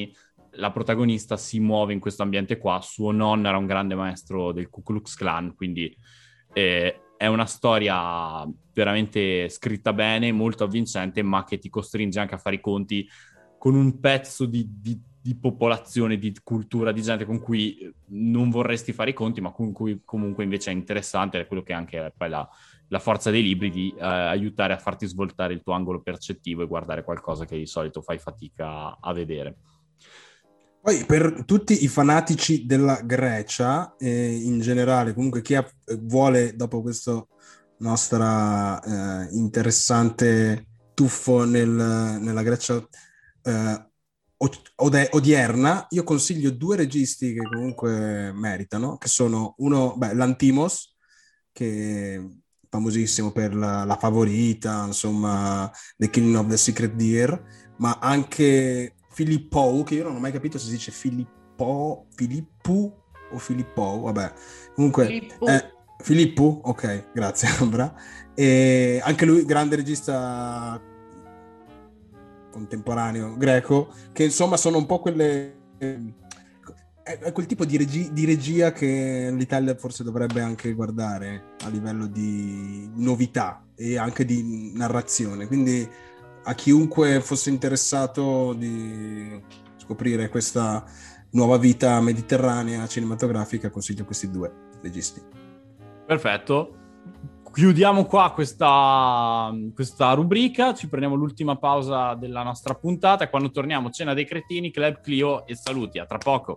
la protagonista si muove in questo ambiente qua. Suo nonno era un grande maestro del Ku Klux Klan, quindi eh, è una storia veramente scritta bene, molto avvincente, ma che ti costringe anche a fare i conti con un pezzo di, di, di popolazione, di cultura, di gente con cui non vorresti fare i conti, ma con cui comunque invece è interessante. È quello che anche è poi la, la forza dei libri, di eh, aiutare a farti svoltare il tuo angolo percettivo e guardare qualcosa che di solito fai fatica a vedere. Poi per tutti i fanatici della Grecia, eh, in generale, comunque chi ha, vuole, dopo questo nostra eh, interessante tuffo nel, nella Grecia eh, od- odierna, io consiglio due registi che comunque meritano, che sono uno, beh, Lanthimos, che è famosissimo per la, la Favorita, insomma, The Killing of the Secret Deer, ma anche Philippou, che io non ho mai capito se si dice Filippo, Filippu o Filippou, vabbè, comunque Filippu. eh, Filippu, ok, grazie Ambra. E anche lui grande regista contemporaneo greco, che insomma sono un po' quelle è, è quel tipo di, regi, di regia che l'Italia forse dovrebbe anche guardare a livello di novità e anche di narrazione, quindi a chiunque fosse interessato di scoprire questa nuova vita mediterranea cinematografica, consiglio questi due registi. Perfetto. Chiudiamo qua questa, questa rubrica, ci prendiamo l'ultima pausa della nostra puntata e quando torniamo Cena dei Cretini, Club Clio e saluti. A tra poco.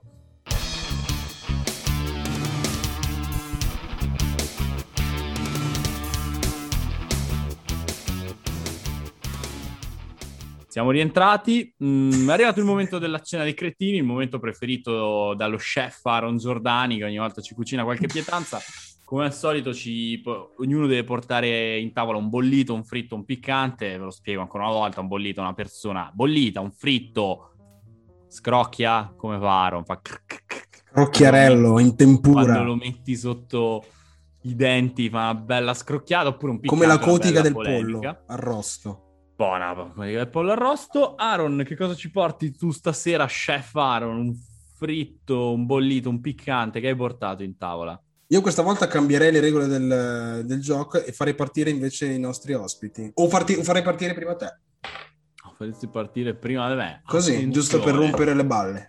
Siamo rientrati, mm, è arrivato il momento della Cena dei Cretini, il momento preferito dallo chef Aaron Giordani, che ogni volta ci cucina qualche pietanza. Come al solito ci, ognuno deve portare in tavola un bollito, un fritto, un piccante. Ve lo spiego ancora una volta: un bollito, una persona bollita, un fritto scrocchia, come fa Aaron? Fa Crocchiarello in tempura. Quando lo metti sotto i denti fa una bella scrocchiata, oppure un piccante, come la cotica del polemica. pollo arrosto. Buona, cotica del pollo arrosto. Aaron, che cosa ci porti tu stasera, chef Aaron? Un fritto, un bollito, un piccante, che hai portato in tavola? Io questa volta cambierei le regole del, del gioco e farei partire invece i nostri ospiti. O, farti, o farei partire prima te. Oh, faresti partire prima di me. Così, Attenzione. Giusto per rompere le balle.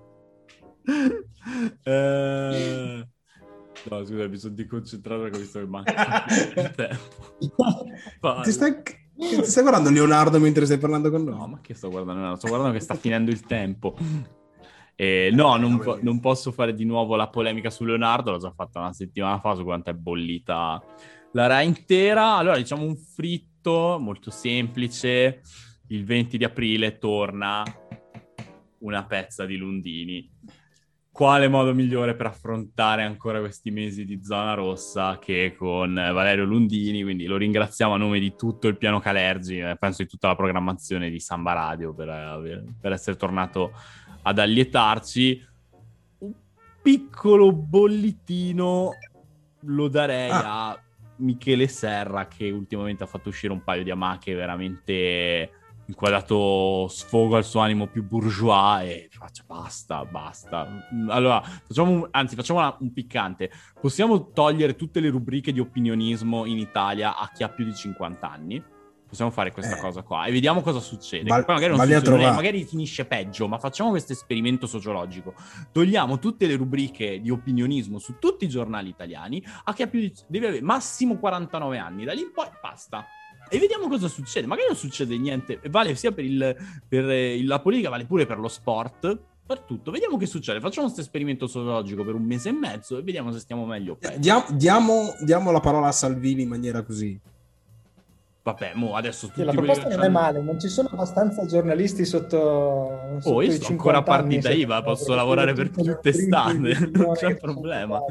eh... No, scusa, mi sono deconcentrato perché ho visto che manca il tempo. Ti stai, ti stai guardando Leonardo mentre stai parlando con noi? No, ma che sto guardando? Sto guardando che sta finendo il tempo. Eh, no, non, po- non posso fare di nuovo la polemica su Leonardo, l'ho già fatta una settimana fa su quanto è bollita la Rai intera. Allora, diciamo un fritto molto semplice. Il venti di aprile torna una pezza di Lundini. Quale modo migliore per affrontare ancora questi mesi di zona rossa che con Valerio Lundini, quindi lo ringraziamo a nome di tutto il piano Calergi, eh, penso di tutta la programmazione di Samba Radio per, per essere tornato ad allietarci. Un piccolo bollitino lo darei ah. a Michele Serra, che ultimamente ha fatto uscire un paio di amache veramente in cui ha dato sfogo al suo animo più bourgeois e faccia basta, basta. Allora, facciamo un, anzi facciamo una, un piccante. Possiamo togliere tutte le rubriche di opinionismo in Italia a chi ha più di cinquanta anni? Possiamo fare questa eh. cosa qua e vediamo cosa succede. Val- Poi magari non succede, magari finisce peggio, ma facciamo questo esperimento sociologico. Togliamo tutte le rubriche di opinionismo su tutti i giornali italiani a chi ha più di... deve avere massimo quarantanove anni, da lì in poi basta. E vediamo cosa succede. Magari non succede niente. Vale sia per, il, per il, la politica, vale pure per lo sport, per tutto. Vediamo che succede. Facciamo questo esperimento sociologico per un mese e mezzo e vediamo se stiamo meglio o peggio. Diamo, diamo, diamo la parola a Salvini in maniera così. Vabbè, mo adesso tutti sì, la proposta non è male, non ci sono abbastanza giornalisti sotto, sotto oh, io sto ancora partita I V A, posso lavorare per tutte estate, non c'è problema.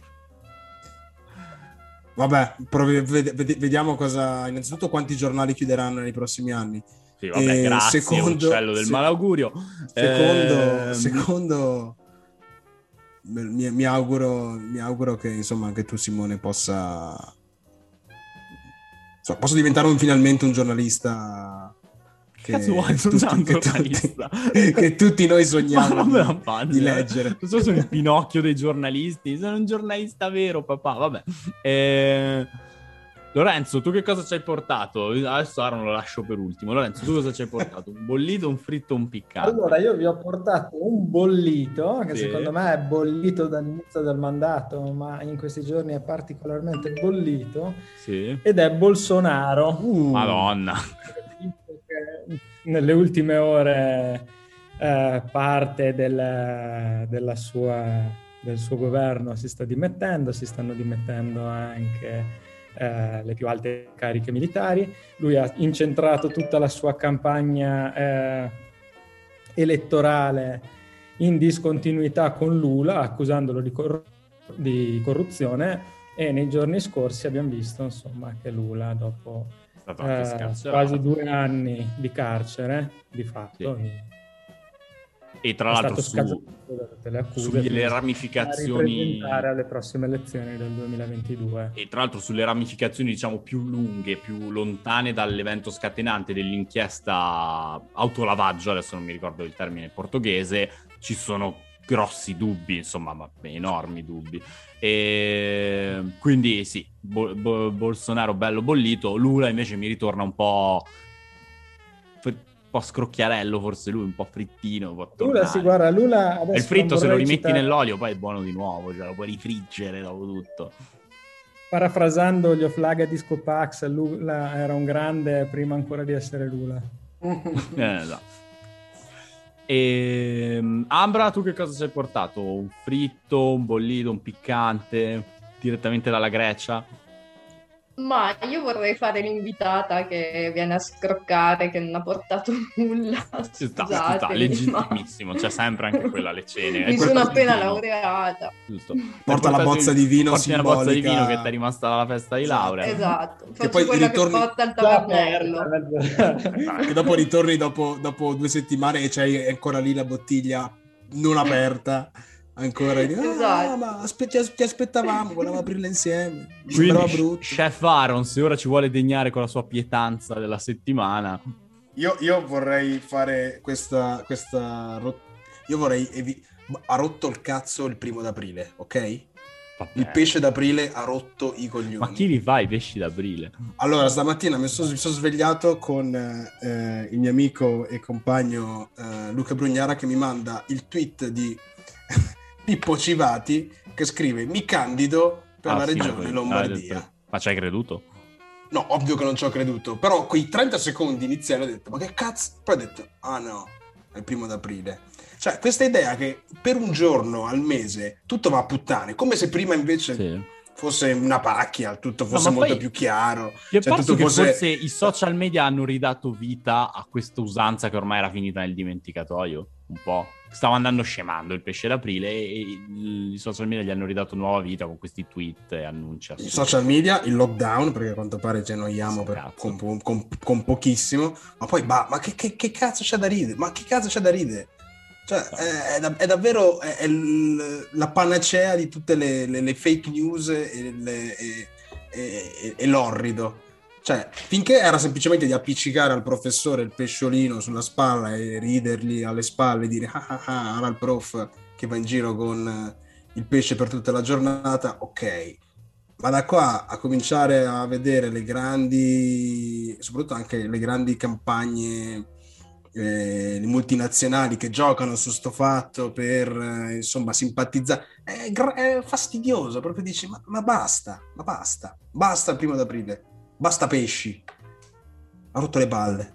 Vabbè, provi- ved- ved- vediamo cosa. Innanzitutto, quanti giornali chiuderanno nei prossimi anni. Sì, vabbè, e grazie, secondo, uccello del se- malaugurio. Secondo, eh... secondo mi, mi, auguro, mi auguro che insomma anche tu, Simone, possa. Insomma, posso diventare un, finalmente un giornalista che, cazzo vuoi? Sono tutti, già un che, giornalista. tutti, che tutti noi sogniamo Ma di, la di leggere. Non so, sono il Pinocchio dei giornalisti. Sono un giornalista vero, papà. Vabbè. Eh... Lorenzo, tu che cosa ci hai portato? Adesso Aaron lo lascio per ultimo. Lorenzo, tu cosa ci hai portato? Un bollito, un fritto, un piccante? Allora, io vi ho portato un bollito, che Sì. secondo me è bollito dall'inizio del mandato, ma in questi giorni è particolarmente bollito, Sì. ed è Bolsonaro. Uh. Madonna. Nelle ultime ore eh, parte del, della sua, del suo governo si sta dimettendo, si stanno dimettendo anche eh, le più alte cariche militari. Lui ha incentrato tutta la sua campagna eh, elettorale in discontinuità con Lula, accusandolo di, cor- di corruzione, e nei giorni scorsi abbiamo visto, insomma, che Lula, dopo eh, quasi due anni di carcere, di fatto, Sì. di- E tra è l'altro stato su, scagionato da tutte le accuse, sulle quindi ramificazioni a ripresentare alle prossime elezioni del duemilaventidue. e tra l'altro sulle ramificazioni diciamo più lunghe, più lontane dall'evento scatenante dell'inchiesta autolavaggio, adesso non mi ricordo il termine portoghese, ci sono grossi dubbi, insomma, ma enormi dubbi. E quindi sì, Bo- Bo- Bolsonaro bello bollito. Lula invece mi ritorna un po' un po' scrocchiarello, forse lui un po' frittino, può Lula, tornare. sì, guarda, Lula adesso E il fritto non se lo vorrei rimetti citare- nell'olio poi è buono di nuovo, cioè lo puoi rifriggere dopo tutto. Parafrasando gli Oflaga Disco Pax, Lula era un grande prima ancora di essere Lula. Eh, esatto. E Ambra, tu che cosa ci hai portato? Un fritto, un bollito, un piccante, direttamente dalla Grecia? Ma io vorrei fare l'invitata che viene a scroccare, che non ha portato nulla. Ci sta, ci sta, Scusatemi, legittimissimo, c'è sempre anche quella alle cene. mi È sono colpa di appena vino, laureata. giusto. Porta la Portati- bozza di vino porti una bozza di simbolica. vino che ti è rimasta dalla festa di laurea. Esatto, faccio poi quella ritorni- che porta il Già tavernello. aperta. Che dopo ritorni dopo, dopo due settimane e c'hai ancora lì la bottiglia non aperta. Ancora di, ah, Esatto. ma aspe- ti, as- ti aspettavamo, volevamo aprirla insieme. Mi Quindi sembrava brutto. Chef Aaron, se ora ci vuole degnare con la sua pietanza della settimana, Io, io vorrei fare questa, questa rot- io vorrei evi- ha rotto il cazzo il primo d'aprile, ok? vabbè. Il pesce d'aprile ha rotto i coglioni. Ma chi li fa i pesci d'aprile? Allora, stamattina mi sono, mi sono svegliato con eh, il mio amico e compagno eh, Luca Brugnara che mi manda il tweet di Pippo Civati che scrive: mi candido per Ah, la sì, regione poi- Lombardia. ah, hai detto- Ma ci hai creduto? No, ovvio che non ci ho creduto, però quei trenta secondi iniziali ho detto: ma che cazzo? Poi ho detto: ah no, è il primo d'aprile. Cioè, questa idea che per un giorno al mese tutto va a puttane, come se prima invece Sì. fosse una pacchia, tutto fosse ma molto poi- più chiaro. Ti è Cioè, parso tutto che fosse- forse i social media hanno ridato vita a questa usanza che ormai era finita nel dimenticatoio? Un po'. Stava andando scemando il pesce d'aprile e i social media gli hanno ridato nuova vita con questi tweet e annunci I assurdi. social media, il lockdown, perché a quanto pare ci annoiamo per- Cazzo. con, con- con pochissimo, ma poi bah, ma che, che- che cazzo c'è da ridere? Ma che cazzo c'è da ridere? Cioè, è, è da- è davvero è, è il- la panacea di tutte le, le- le fake news e, le- e- e- e l'orrido. Cioè, finché era semplicemente di appiccicare al professore il pesciolino sulla spalla e ridergli alle spalle e dire ah ah ah, ora il prof che va in giro con eh, il pesce per tutta la giornata, ok. Ma da qua a cominciare a vedere le grandi, soprattutto anche le grandi campagne, eh, le multinazionali che giocano su sto fatto per eh, insomma simpatizzare, è, gra- è fastidioso, proprio dici ma, ma basta, ma basta, basta il primo d'aprile, basta pesci, ha rotto le palle.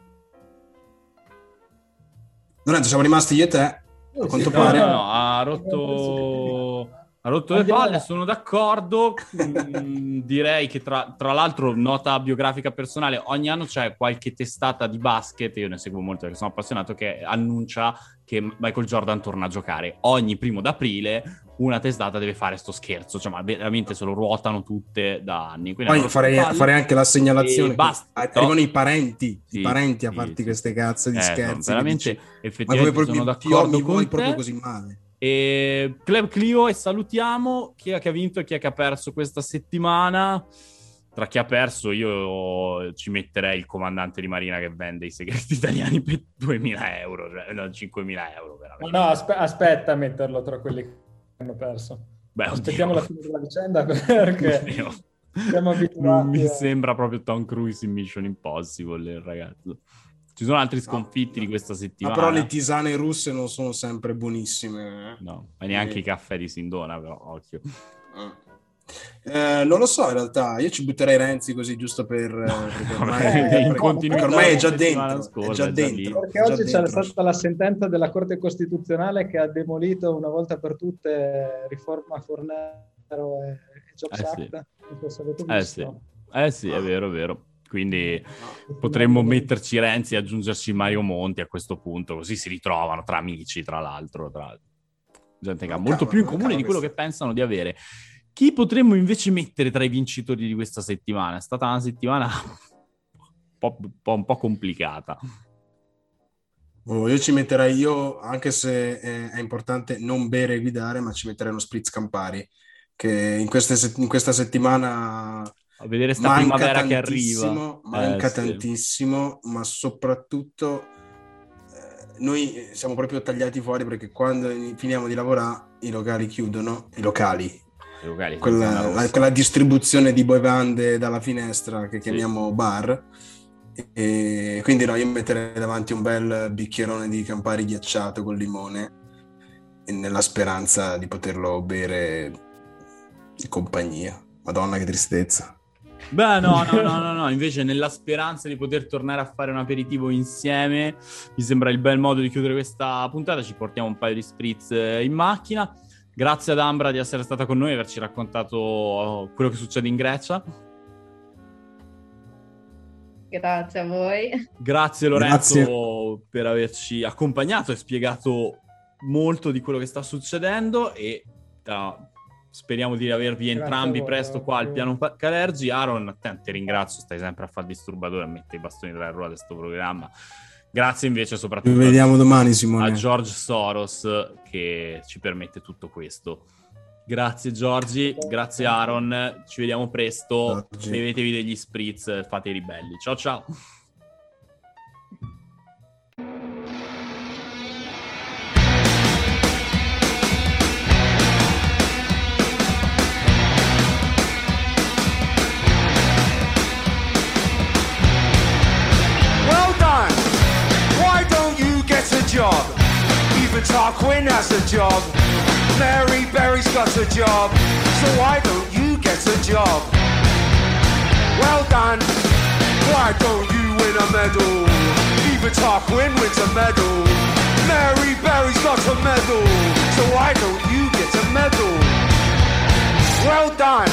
Lorenzo, siamo rimasti io e te, a quanto No, pare. no, no, ha rotto, ha rotto le Andiamo palle, là. sono d'accordo. Mm, direi che tra, tra l'altro, nota biografica personale, ogni anno c'è qualche testata di basket, io ne seguo molto perché sono appassionato, che annuncia che Michael Jordan torna a giocare. Ogni primo d'aprile una testata deve fare sto scherzo, cioè ma veramente se lo ruotano tutte da anni. Quindi hanno Poi rotto le farei, palle. farei anche la segnalazione E che basta. arrivano i parenti, Sì, i parenti a sì, farti sì. queste cazzo di Eh, scherzi. no, veramente, che dici, ma effettivamente come sono proprio ti d'accordo mi vuoi con proprio te. così male? E Club Clio, e salutiamo chi è che ha vinto e chi è che ha perso questa settimana. tra chi ha perso io ci metterei il comandante di Marina che vende i segreti italiani per duemila euro, cioè no, cinquemila euro veramente. No, aspe- aspetta a metterlo tra quelli che hanno perso. Beh, aspettiamo la fine della vicenda perché oddio. siamo abituati. Non mi a... sembra proprio Tom Cruise in Mission Impossible il ragazzo. Ci sono altri sconfitti no, di questa settimana. Ma però le tisane russe non sono sempre buonissime. Eh? No, ma neanche e... i caffè di Sindona, però, occhio. Ah. Eh, non lo so in realtà, io ci butterei Renzi così giusto per... No, perché ormai, eh, perché, perché ormai è già dentro, scorsa, è già dentro. Perché oggi c'è stata la sentenza della Corte Costituzionale che ha demolito una volta per tutte riforma Fornero e Jobs eh Act. Sì. Eh sì, eh sì, è vero, è vero. Quindi potremmo metterci Renzi e aggiungerci Mario Monti a questo punto, così si ritrovano tra amici, tra l'altro, tra gente che ha molto più in comune di quello che pensano di avere. Chi potremmo invece mettere tra i vincitori di questa settimana? È stata una settimana un po', un po', un po' complicata. Oh, io ci metterei io, anche se è, è importante non bere e guidare, ma ci metterei uno Spritz Campari, che in, queste, in questa settimana... A vedere sta primavera che arriva. Manca eh, tantissimo, sì. Ma soprattutto eh, noi siamo proprio tagliati fuori perché quando finiamo di lavorare i locali chiudono, i locali, I locali quella, la, quella distribuzione di bevande dalla finestra che chiamiamo sì. bar, e quindi no, io metterei davanti un bel bicchierone di Campari ghiacciato con limone nella speranza di poterlo bere in compagnia. Madonna che tristezza. Beh, no, no, no, no, no, invece nella speranza di poter tornare a fare un aperitivo insieme, mi sembra il bel modo di chiudere questa puntata, ci portiamo un paio di spritz in macchina. Grazie ad Ambra di essere stata con noi e averci raccontato quello che succede in Grecia. Grazie a voi. Grazie Lorenzo Grazie. per averci accompagnato e spiegato molto di quello che sta succedendo e da... speriamo di avervi entrambi voi, presto qua al piano Calergi. Aaron, te, ti ringrazio, stai sempre a fare il disturbatore, a mettere i bastoni tra le ruote di questo programma. Grazie invece soprattutto Ci vediamo domani, Simone. a George Soros che ci permette tutto questo. Grazie Giorgi, grazie Aaron, ci vediamo presto, Oggi. bevetevi degli spritz, fate i ribelli. Ciao ciao! Job. Even Tarquin has a job. Mary Berry's got a job. So why don't you get a job? Well done. Why don't you win a medal? Even Tarquin wins a medal. Mary Berry's got a medal. So why don't you get a medal? Well done.